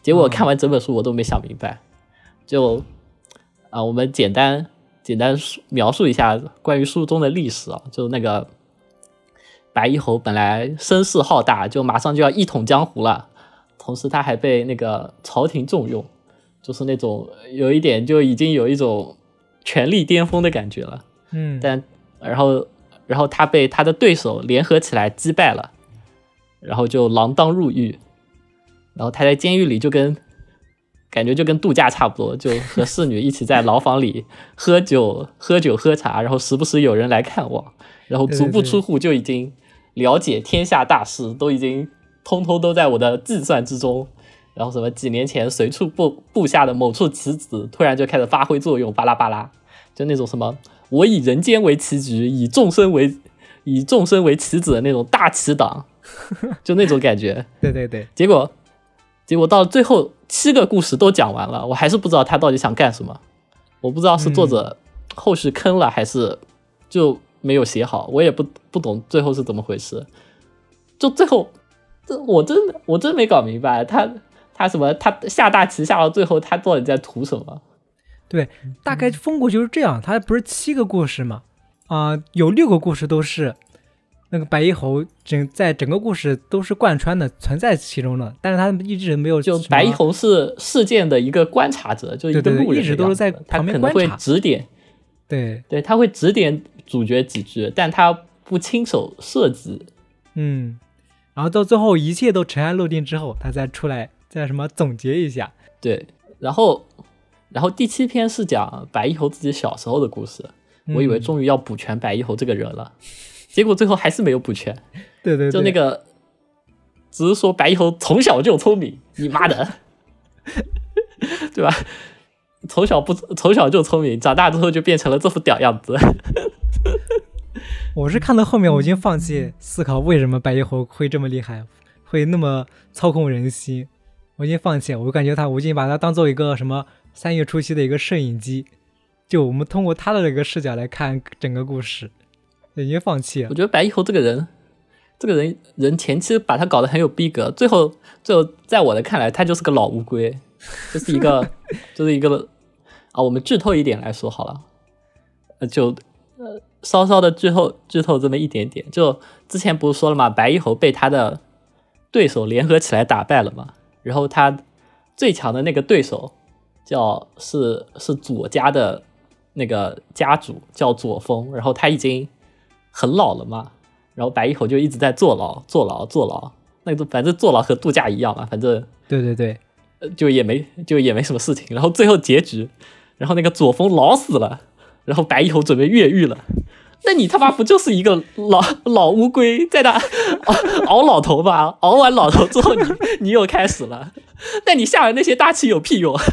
结果看完整本书我都没想明白。就我们简单描述一下关于书中的历史啊，就那个白衣侯本来声势浩大，就马上就要一统江湖了，同时他还被那个朝廷重用，就是那种有一点就已经有一种权力巅峰的感觉了。但然后他被他的对手联合起来击败了，然后就锒铛入狱，然后他在监狱里感觉就跟度假差不多，就和侍女一起在牢房里喝酒喝茶，然后时不时有人来看望，然后足不出户就已经了解天下大事，都已经通通都在我的计算之中。然后什么几年前随处布下的某处棋子突然就开始发挥作用，巴拉巴拉，就那种什么我以人间为棋局，以众生为棋子的那种大棋党，就那种感觉。 对， 结果到最后7个故事都讲完了，我还是不知道他到底想干什么。我不知道是作者后续坑了，还是就没有写好，我也不懂最后是怎么回事。就最后我真没搞明白他什么，他下大棋下到最后他到底在图什么。 对，大概风格就是这样。他不是7个故事吗？有6个故事都是那个白衣侯在整个故事都是贯穿的，存在其中的，但是他一直没有。 就白衣侯是事件的一个观察者，就一个路人， 一直都是在旁边观察， 他可能会指点。对，他会指点主角几句，但他不亲手设计。 然后到最后一切都尘埃落定之后，他再出来再什么总结一下。 对，然后第7篇是讲白衣侯自己小时候的故事。我以为终于要补全白衣侯这个人了，结果最后还是没有补全。 对， 就那个只是说白衣侯从小就聪明，你妈的对吧？从小就聪明，长大之后就变成了这副屌样子。 我是看到后面我已经放弃思考为什么白衣侯会这么厉害，会那么操控人心，我已经放弃了。我感觉我已经把它当做一个什么3月初7的一个摄影机，就我们通过他的这个视角来看整个故事，已经放弃了。 我觉得白衣侯这个人前期把他搞得很有逼格，最后在我的看来他就是个老乌龟，就是一个我们剧透一点来说好了，稍稍的剧透这么一点点。就之前不是说了吗，白衣侯被他的对手联合起来打败了嘛，然后他最强的那个对手是左家的那个家主叫左峰，然后他已经很老了嘛，然后白衣侯就一直在坐牢，那个反正坐牢和度假一样嘛，反正对， 就也没什么事情。然后最后结局，然后那个左峰老死了，然后白衣侯准备越狱了。那你他妈不就是一个老乌龟在那熬老头吧？熬完老头之后你又开始了，那你下了那些大棋有屁用？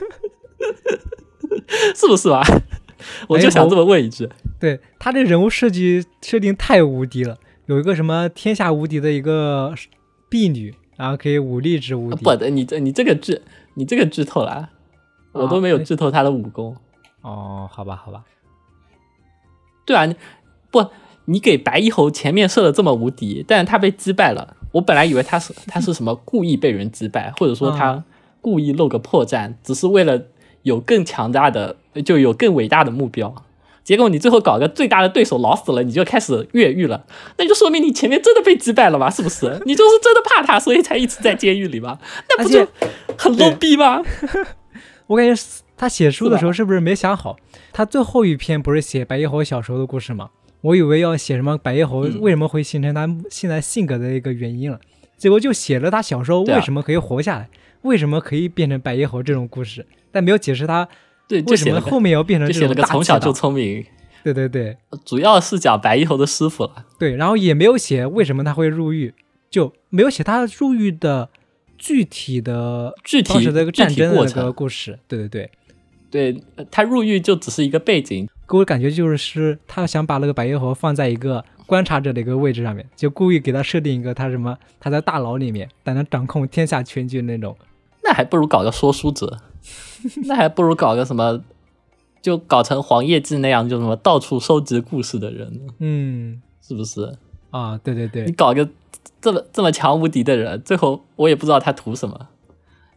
是不是吧？我就想这么问一句。 对，他这人物设定太无敌了，有一个什么天下无敌的一个婢女，然后可以武力值无敌。 不，你这个剧透了，我都没有剧透他的武功。 好吧。 对啊，你给白衣侯前面设的这么无敌，但是他被击败了。我本来以为他是什么故意被人击败，或者说他故意露个破绽，只是为了有更强大的，就有更伟大的目标。结果你最后搞个最大的对手老死了，你就开始越狱了，那就说明你前面真的被击败了吧？是不是？你就是真的怕他，所以才一直在监狱里吗？那不就很 low 逼吗？ 我感觉他写书的时候是不是没想好？他最后一篇不是写白衣侯小时候的故事吗？我以为要写什么白衣侯为什么会形成他现在性格的一个原因了，结果就写了他小时候为什么可以活下来，为什么可以变成白衣侯这种故事，但没有解释他为什么后面要变成这种大气党。 就写了个从小就聪明。 对， 主要是讲白衣侯的师傅了。对， 然后也没有写为什么他会入狱，就没有写他入狱的具体当时的一个战争的那个故事。 对，他入狱就只是一个背景， 给我感觉就是他想把那个白衣侯放在一个观察者的一个位置上面，就故意给他设定一个他在大牢里面但能掌控天下全局那种。 那还不如搞个说书者，那还不如搞个什么，就搞成黄业绩那样，就什么到处收集故事的人。是不是啊？对， 你搞个这么强无敌的人，最后我也不知道他图什么。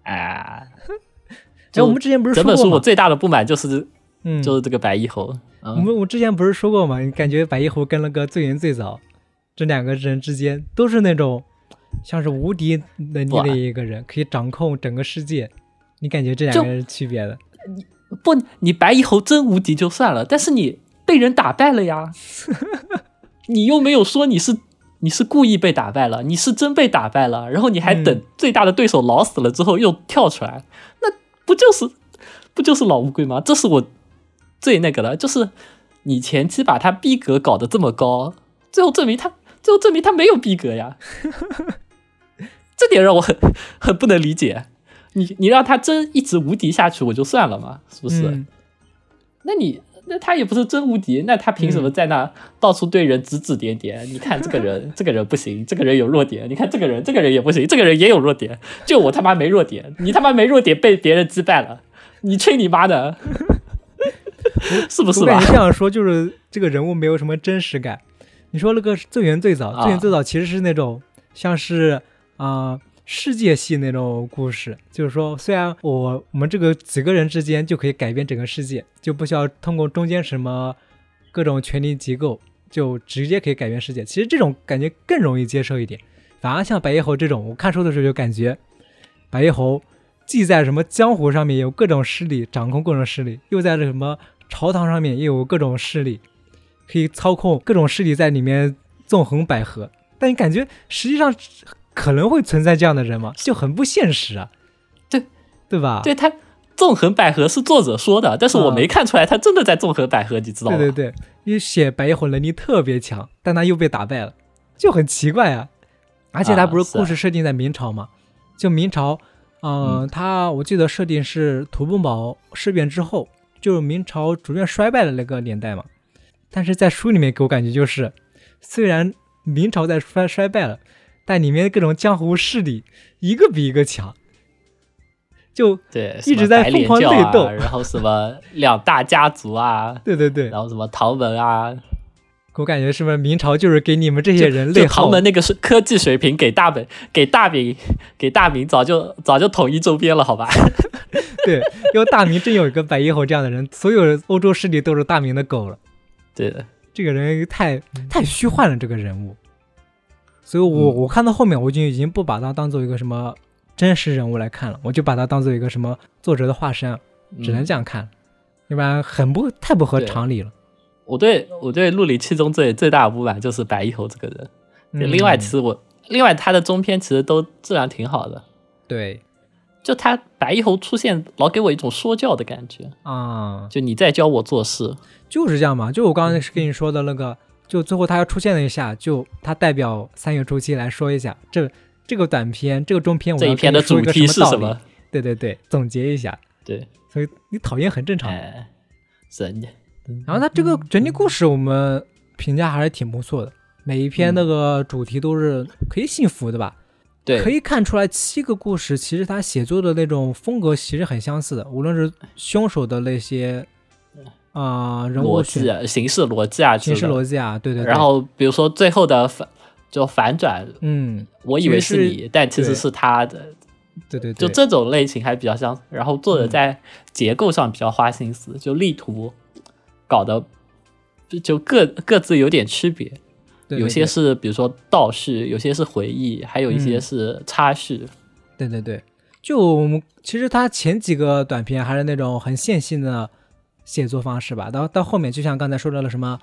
哎， 我们之前不是说整本书过吗？ 我最大的不满就是嗯， 就是这个白衣猴。 我之前不是说过吗？你感觉白衣猴跟那个最原最早这两个人之间都是那种像是无敌能力的一个人，可以掌控整个世界。你感觉这两个人区别的？ 不，你白衣猴真无敌就算了，但是你被人打败了呀，你又没有说你是故意被打败了，你是真被打败了，然后你还等最大的对手老死了之后又跳出来，那不就是老乌龟吗？这是我最那个的，就是你前期把他逼格搞得这么高，最后证明他没有逼格呀，这点让我很不能理解。你让他真一直无敌下去我就算了嘛，是不是？那他也不是真无敌，那他凭什么在那到处对人指指点点？你看这个人不行，这个人有弱点，你看这个人也不行，这个人也有弱点，就我他妈没弱点，你他妈没弱点被别人击败了，你吹你妈的！是不是吧？ 我感觉这样说就是这个人物没有什么真实感。你说那个最原最早其实是那种像是世界系那种故事，就是说虽然我们这个几个人之间就可以改变整个世界，就不需要通过中间什么各种权力机构，就直接可以改变世界。其实这种感觉更容易接受一点。反而像白夜猴这种，我看书的时候就感觉白夜猴既在什么江湖上面有各种势力，掌控各种势力，又在这什么朝堂上面也有各种势力，可以操控各种势力在里面纵横捭阖。但你感觉实际上可能会存在这样的人吗？就很不现实啊，对吧？ 对，他纵横捭阖是作者说的，但是我没看出来他真的在纵横捭阖，你知道吗？ 对，因为写白夜猴能力特别强，但他又被打败了，就很奇怪啊。而且他不是故事设定在明朝吗？就明朝，他我记得设定是土木堡事变之后，就是明朝逐渐衰败的那个年代嘛。但是在书里面给我感觉就是，虽然明朝在衰败了，但里面各种江湖势力一个比一个强，就对， 一直在疯狂内斗， 然后什么两大家族啊， 对， 然后什么唐门啊， 我感觉是不是明朝就是给你们这些人内耗？ 唐门那个是科技水平给大明早就统一周边了，好吧？ 对，因为大明真有一个白夜猴这样的人，所有欧洲势力都是大明的狗了。 对的， 这个人太虚幻了，这个人物。所以我看到后面，我就已经不把他当做一个什么真实人物来看了，我就把他当做一个什么作者的化身，只能这样看，要不然太不合常理了。 我对陆离七宗罪最大的不满就是白衣猴这个人。另外他的中篇其实都质量挺好的。 对， 就他白衣猴出现老给我一种说教的感觉啊， 就你在教我做事， 就是这样嘛。就我刚刚跟你说的那个，就最后他要出现了一下，就他代表3月初七来说一下这个短篇这个中篇， 这一篇的主题是什么？ 对，总结一下。 对， 所以你讨厌很正常。 是。 然后他这个整体故事我们评价还是挺不错的，每一篇那个主题都是可以信服的吧？ 对， 可以看出来7个故事其实他写作的那种风格其实很相似的，无论是凶手的那些人物形式逻辑啊， 对。 然后比如说最后的反转，我以为是你，但其实是他的。 对， 就这种类型还比较相似。然后作者在结构上比较花心思，就力图搞得就各自有点区别。 对， 有些是比如说倒叙，有些是回忆，还有一些是插叙。 对，就其实他前几个短片还是那种很线性的写作方式吧，到后面就像刚才说到了什么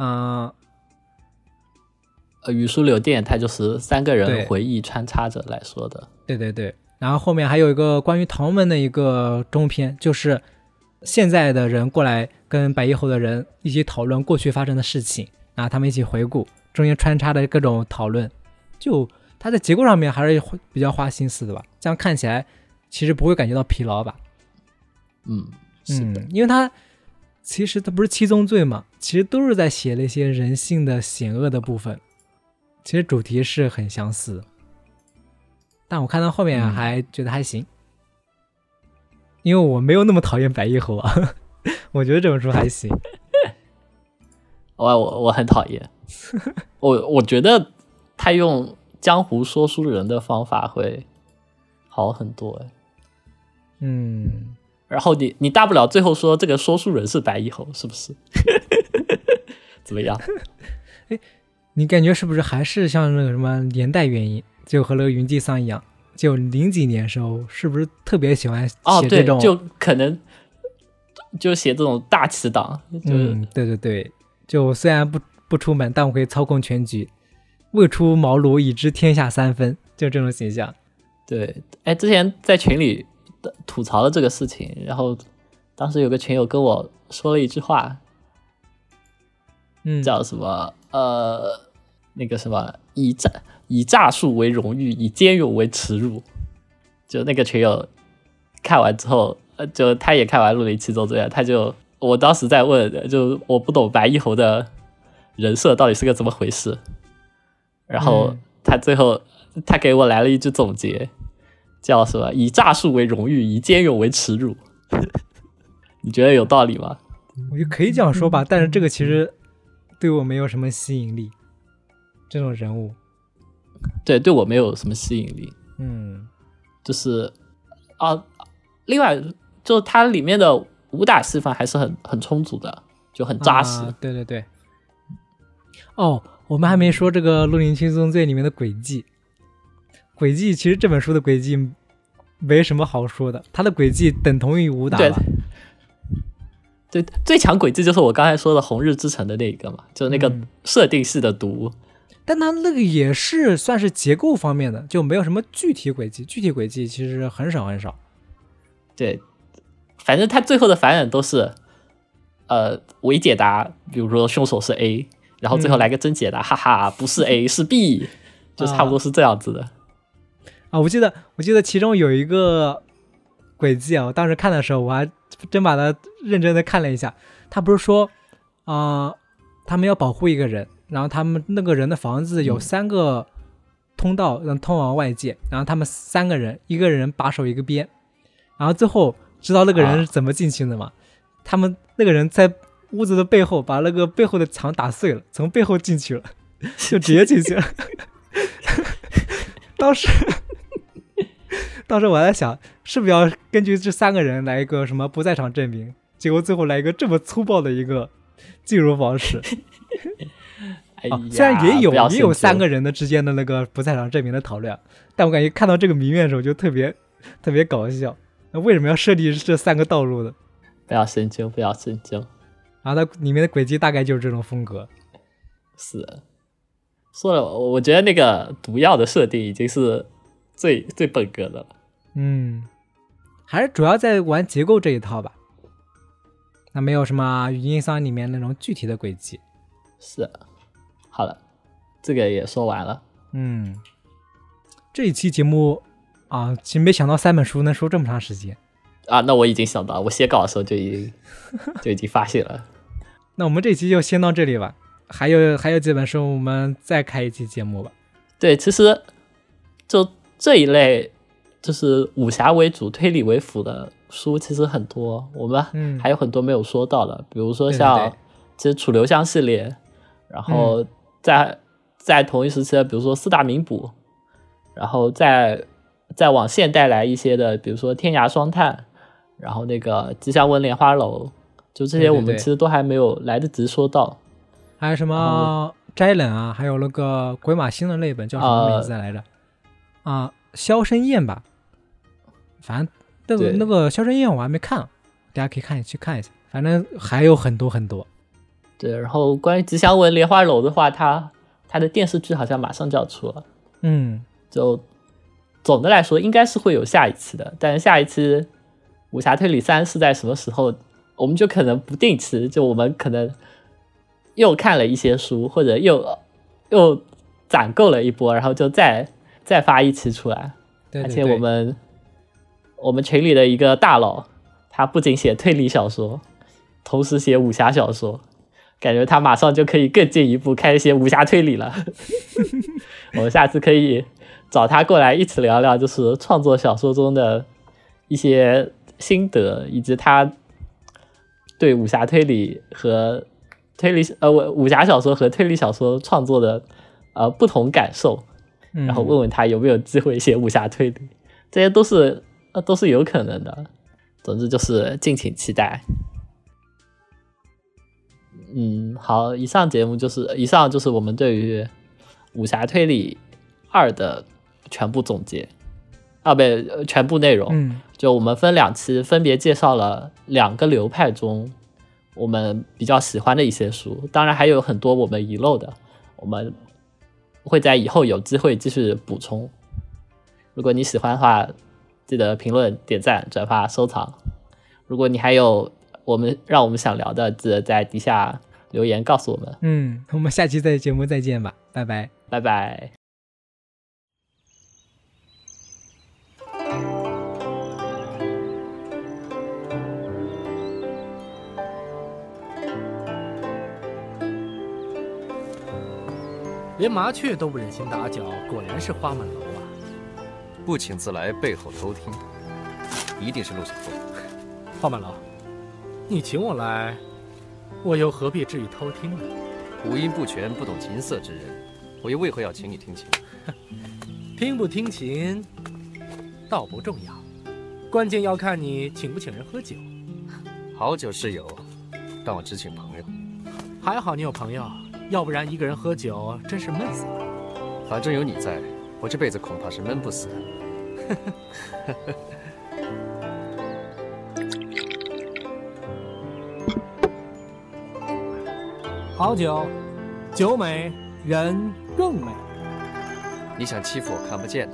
语书流电，它就是3个人回忆穿插着来说的。 对，然后后面还有一个关于唐门的一个中篇，就是现在的人过来跟白夜猴的人一起讨论过去发生的事情，然后他们一起回顾，中间穿插的各种讨论，就它在结构上面还是比较花心思的吧，这样看起来其实不会感觉到疲劳吧。 是的， 因为它其实它不是7宗罪嘛，其实都是在写那些人性的险恶的部分，其实主题是很相似的，但我看到后面还觉得还行，因为我没有那么讨厌白夜猴啊，我觉得这本书还行。 我很讨厌，我觉得他用江湖说书人的方法会好很多。 然后你大不了最后说这个说书人是白一猴，是不是？怎么样？ 你感觉是不是还是像那个什么年代原因，就和那个云际桑一样，就零几年时候是不是特别喜欢写这种？ 对，就可能就写这种大旗党， 对，就虽然不出门，但我可以操控全局，未出茅庐已知天下三分，就这种形象。 对，之前在群里吐槽了这个事情，然后当时有个群友跟我说了一句话，叫什么那个什么以诈术为荣誉，以奸勇为耻辱。就那个群友看完之后，就他也看完《陆离七宗罪》，我当时在问，就我不懂白一猴的人设到底是个怎么回事，然后他最后他给我来了一句总结，叫什么以诈术为荣誉，以奸勇为耻辱。你觉得有道理吗？ 我就可以这样说吧，但是这个其实对我没有什么吸引力，这种人物对我没有什么吸引力。就是另外就它里面的武打戏份还是很充足的，就很扎实。 对。我们还没说这个《陆林七宗罪》里面的轨迹。轨迹其实这本书的轨迹没什么好说的，它的轨迹等同于武打吧。 对，最强轨迹就是我刚才说的红日之城的那个嘛，就是那个设定式的毒。 但它那个也是算是结构方面的，就没有什么具体轨迹，具体轨迹其实很少。 对，反正他最后的反转都是伪解答，比如说凶手是 A， 然后最后来个真解答，哈哈，不是 A 是 B， 就差不多是这样子的。 我记得其中有一个轨迹啊，我当时看的时候我还真把它认真的看了一下。他不是说他们要保护一个人，然后他们那个人的房子有3个通道让通往外界，然后他们3个人，一个人把守一个边，然后最后知道那个人是怎么进去的吗？他们那个人在屋子的背后把那个背后的墙打碎了，从背后进去了，就直接进去了。当时我在想，是不是要根据这3个人来一个什么不在场证明？结果最后来一个这么粗暴的一个进入方式。虽然也有3个人的之间的那个不在场证明的讨论，但我感觉看到这个谜面的时候就特别搞笑。那为什么要设立这3个道路呢？ 不要深究。 然后它里面的轨迹大概就是这种风格。 是，说了，我觉得那个毒药的设定已经是最本格的了。 还是主要在玩结构这一套吧。那没有什么云音桑里面那种具体的轨迹。 是，好了，这个也说完了。 这一期节目其实没想到3本书能说这么长时间那我已经想到，我写稿的时候就已经发现了。 那我们这期就先到这里吧，还有几本书我们再开一期节目吧。 对，其实就这一类就是武侠为主推理为辅的书其实很多，我们还有很多没有说到的，比如说像其实楚留香系列，然后在同一时期的比如说四大名捕，然后再往现代来一些的，比如说天涯双探，然后那个吉祥文莲花楼，就这些我们其实都还没有来得及说到。 还有什么摘冷啊，还有那个鬼马星的那本叫什么名字来着？萧生燕吧，反正那个萧生燕我还没看，大家可以去看一下，反正还有很多很多。 对，然后关于吉祥文莲花楼的话，它的电视剧好像马上就要出了。就总的来说应该是会有下一期的，但是下一期武侠推理3是在什么时候，我们就可能不定期，就我们可能又看了一些书，或者又攒够了一波，然后就再发一期出来。 对， 而且我们群里的一个大佬，他不仅写推理小说，同时写武侠小说，感觉他马上就可以更进一步开一些武侠推理了。我们下次可以找他过来一起聊聊，就是创作小说中的一些心得，以及他对武侠推理和武侠小说和推理小说创作的不同感受，然后问问他有没有机会写武侠推理。这些都是都是有可能的。总之就是敬请期待。好，以上就是我们对于武侠推理2的全部总结全部内容。就我们分2期分别介绍了2个流派中我们比较喜欢的一些书，当然还有很多我们遗漏的，我们会在以后有机会继续补充。如果你喜欢的话，记得评论、点赞、转发、收藏。如果你还有让我们想聊的，记得在底下留言告诉我们。 我们下期节目再见吧，拜拜， 拜拜。 连麻雀都不忍心打搅，果然是花满楼啊！ 不请自来，背后偷听，一定是陆小凤。 花满楼，你请我来，我又何必至于偷听呢？ 五音不全、不懂琴瑟之人，我又为何要请你听琴？ 听不听琴倒不重要，关键要看你请不请人喝酒。 好酒是有，但我只请朋友。 还好你有朋友，要不然一个人喝酒真是闷死了。 反正有你在，我这辈子恐怕是闷不死的。 好酒，酒美，人更美。 你想欺负我看不见的？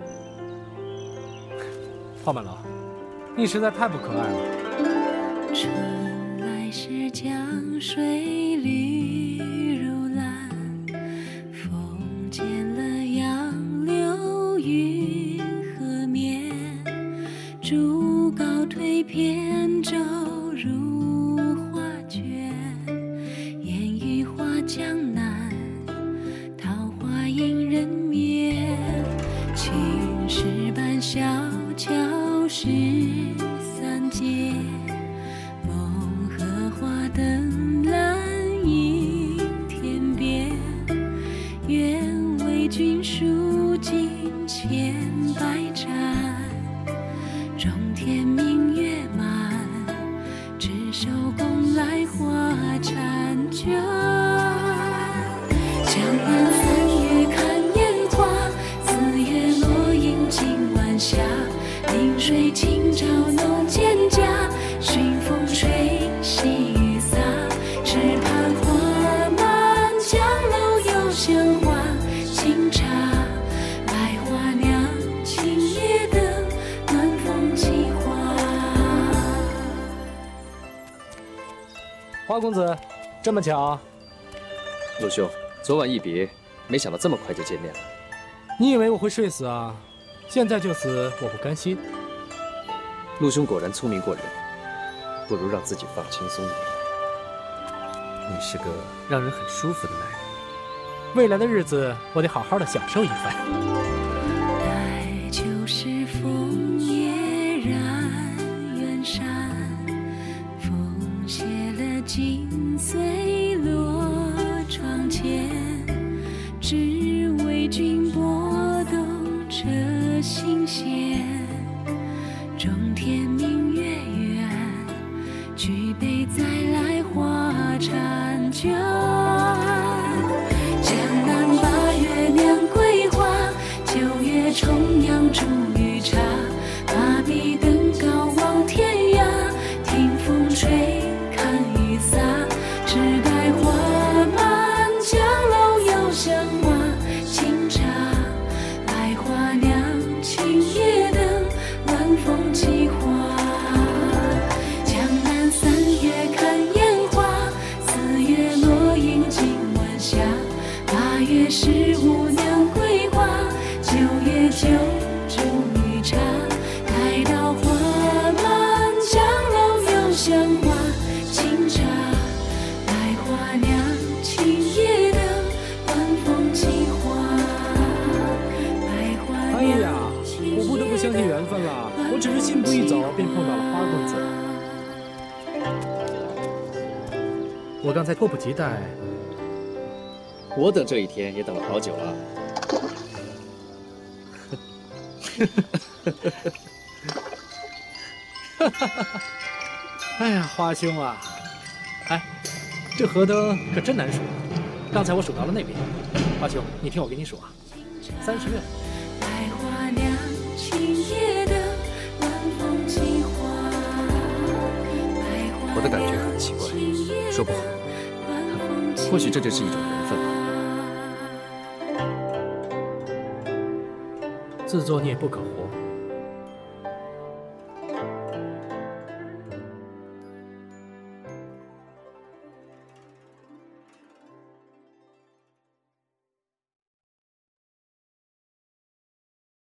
花满楼，你实在太不可爱了。 春来时江水绿如蓝，风见了杨柳云和绵，竹篙推扁舟入画卷，烟雨画江南，桃花映人面，青石板小桥十三街，梦荷花灯蓝映天边，愿为君书尽千百盏，中天明月满，执手共来花婵娟。江南三月看烟花，4月落英尽晚霞，临水清照弄蒹葭，熏风吹细雨洒，只盼花满江楼又香花，清茶百花酿，青叶灯，暖风起花。 花公子，这么巧？ 陆兄，昨晚一别，没想到这么快就见面了。 你以为我会睡死啊？现在就死，我不甘心。 陆兄果然聪明过人，不如让自己放轻松一点。你是个让人很舒服的男人。 未来的日子，我得好好的享受一番。 待旧时枫叶染远山，风歇了金穗落窗前，只为君拨动这心弦，中天明月圆，举杯再来花婵娟。江南8月酿桂花，9月重酿煮绿茶，把笔登高望天涯，听风吹看雨洒，只待花满江楼又香花，清茶百花酿，青叶灯，暖风起花。江南3月看烟花，4月落英尽晚霞，8月15酿桂花，9月酒煮绿茶，待到花满江楼又香花，清茶百花酿，青叶灯，暖风起花。百花哎酿， 呀，我不得不相信缘分了。我只是信步一走，便碰到了花公子。我刚才迫不及待。 我等这一天也等了好久了。 哎呀，花兄啊，哎，这河灯可真难数。刚才我数到了那边，花兄，你听我给你数啊，36。 百花酿今夜的晚风起花， 我的感觉很奇怪，说不好，或许这就是一种缘分吧。 自作孽不可活，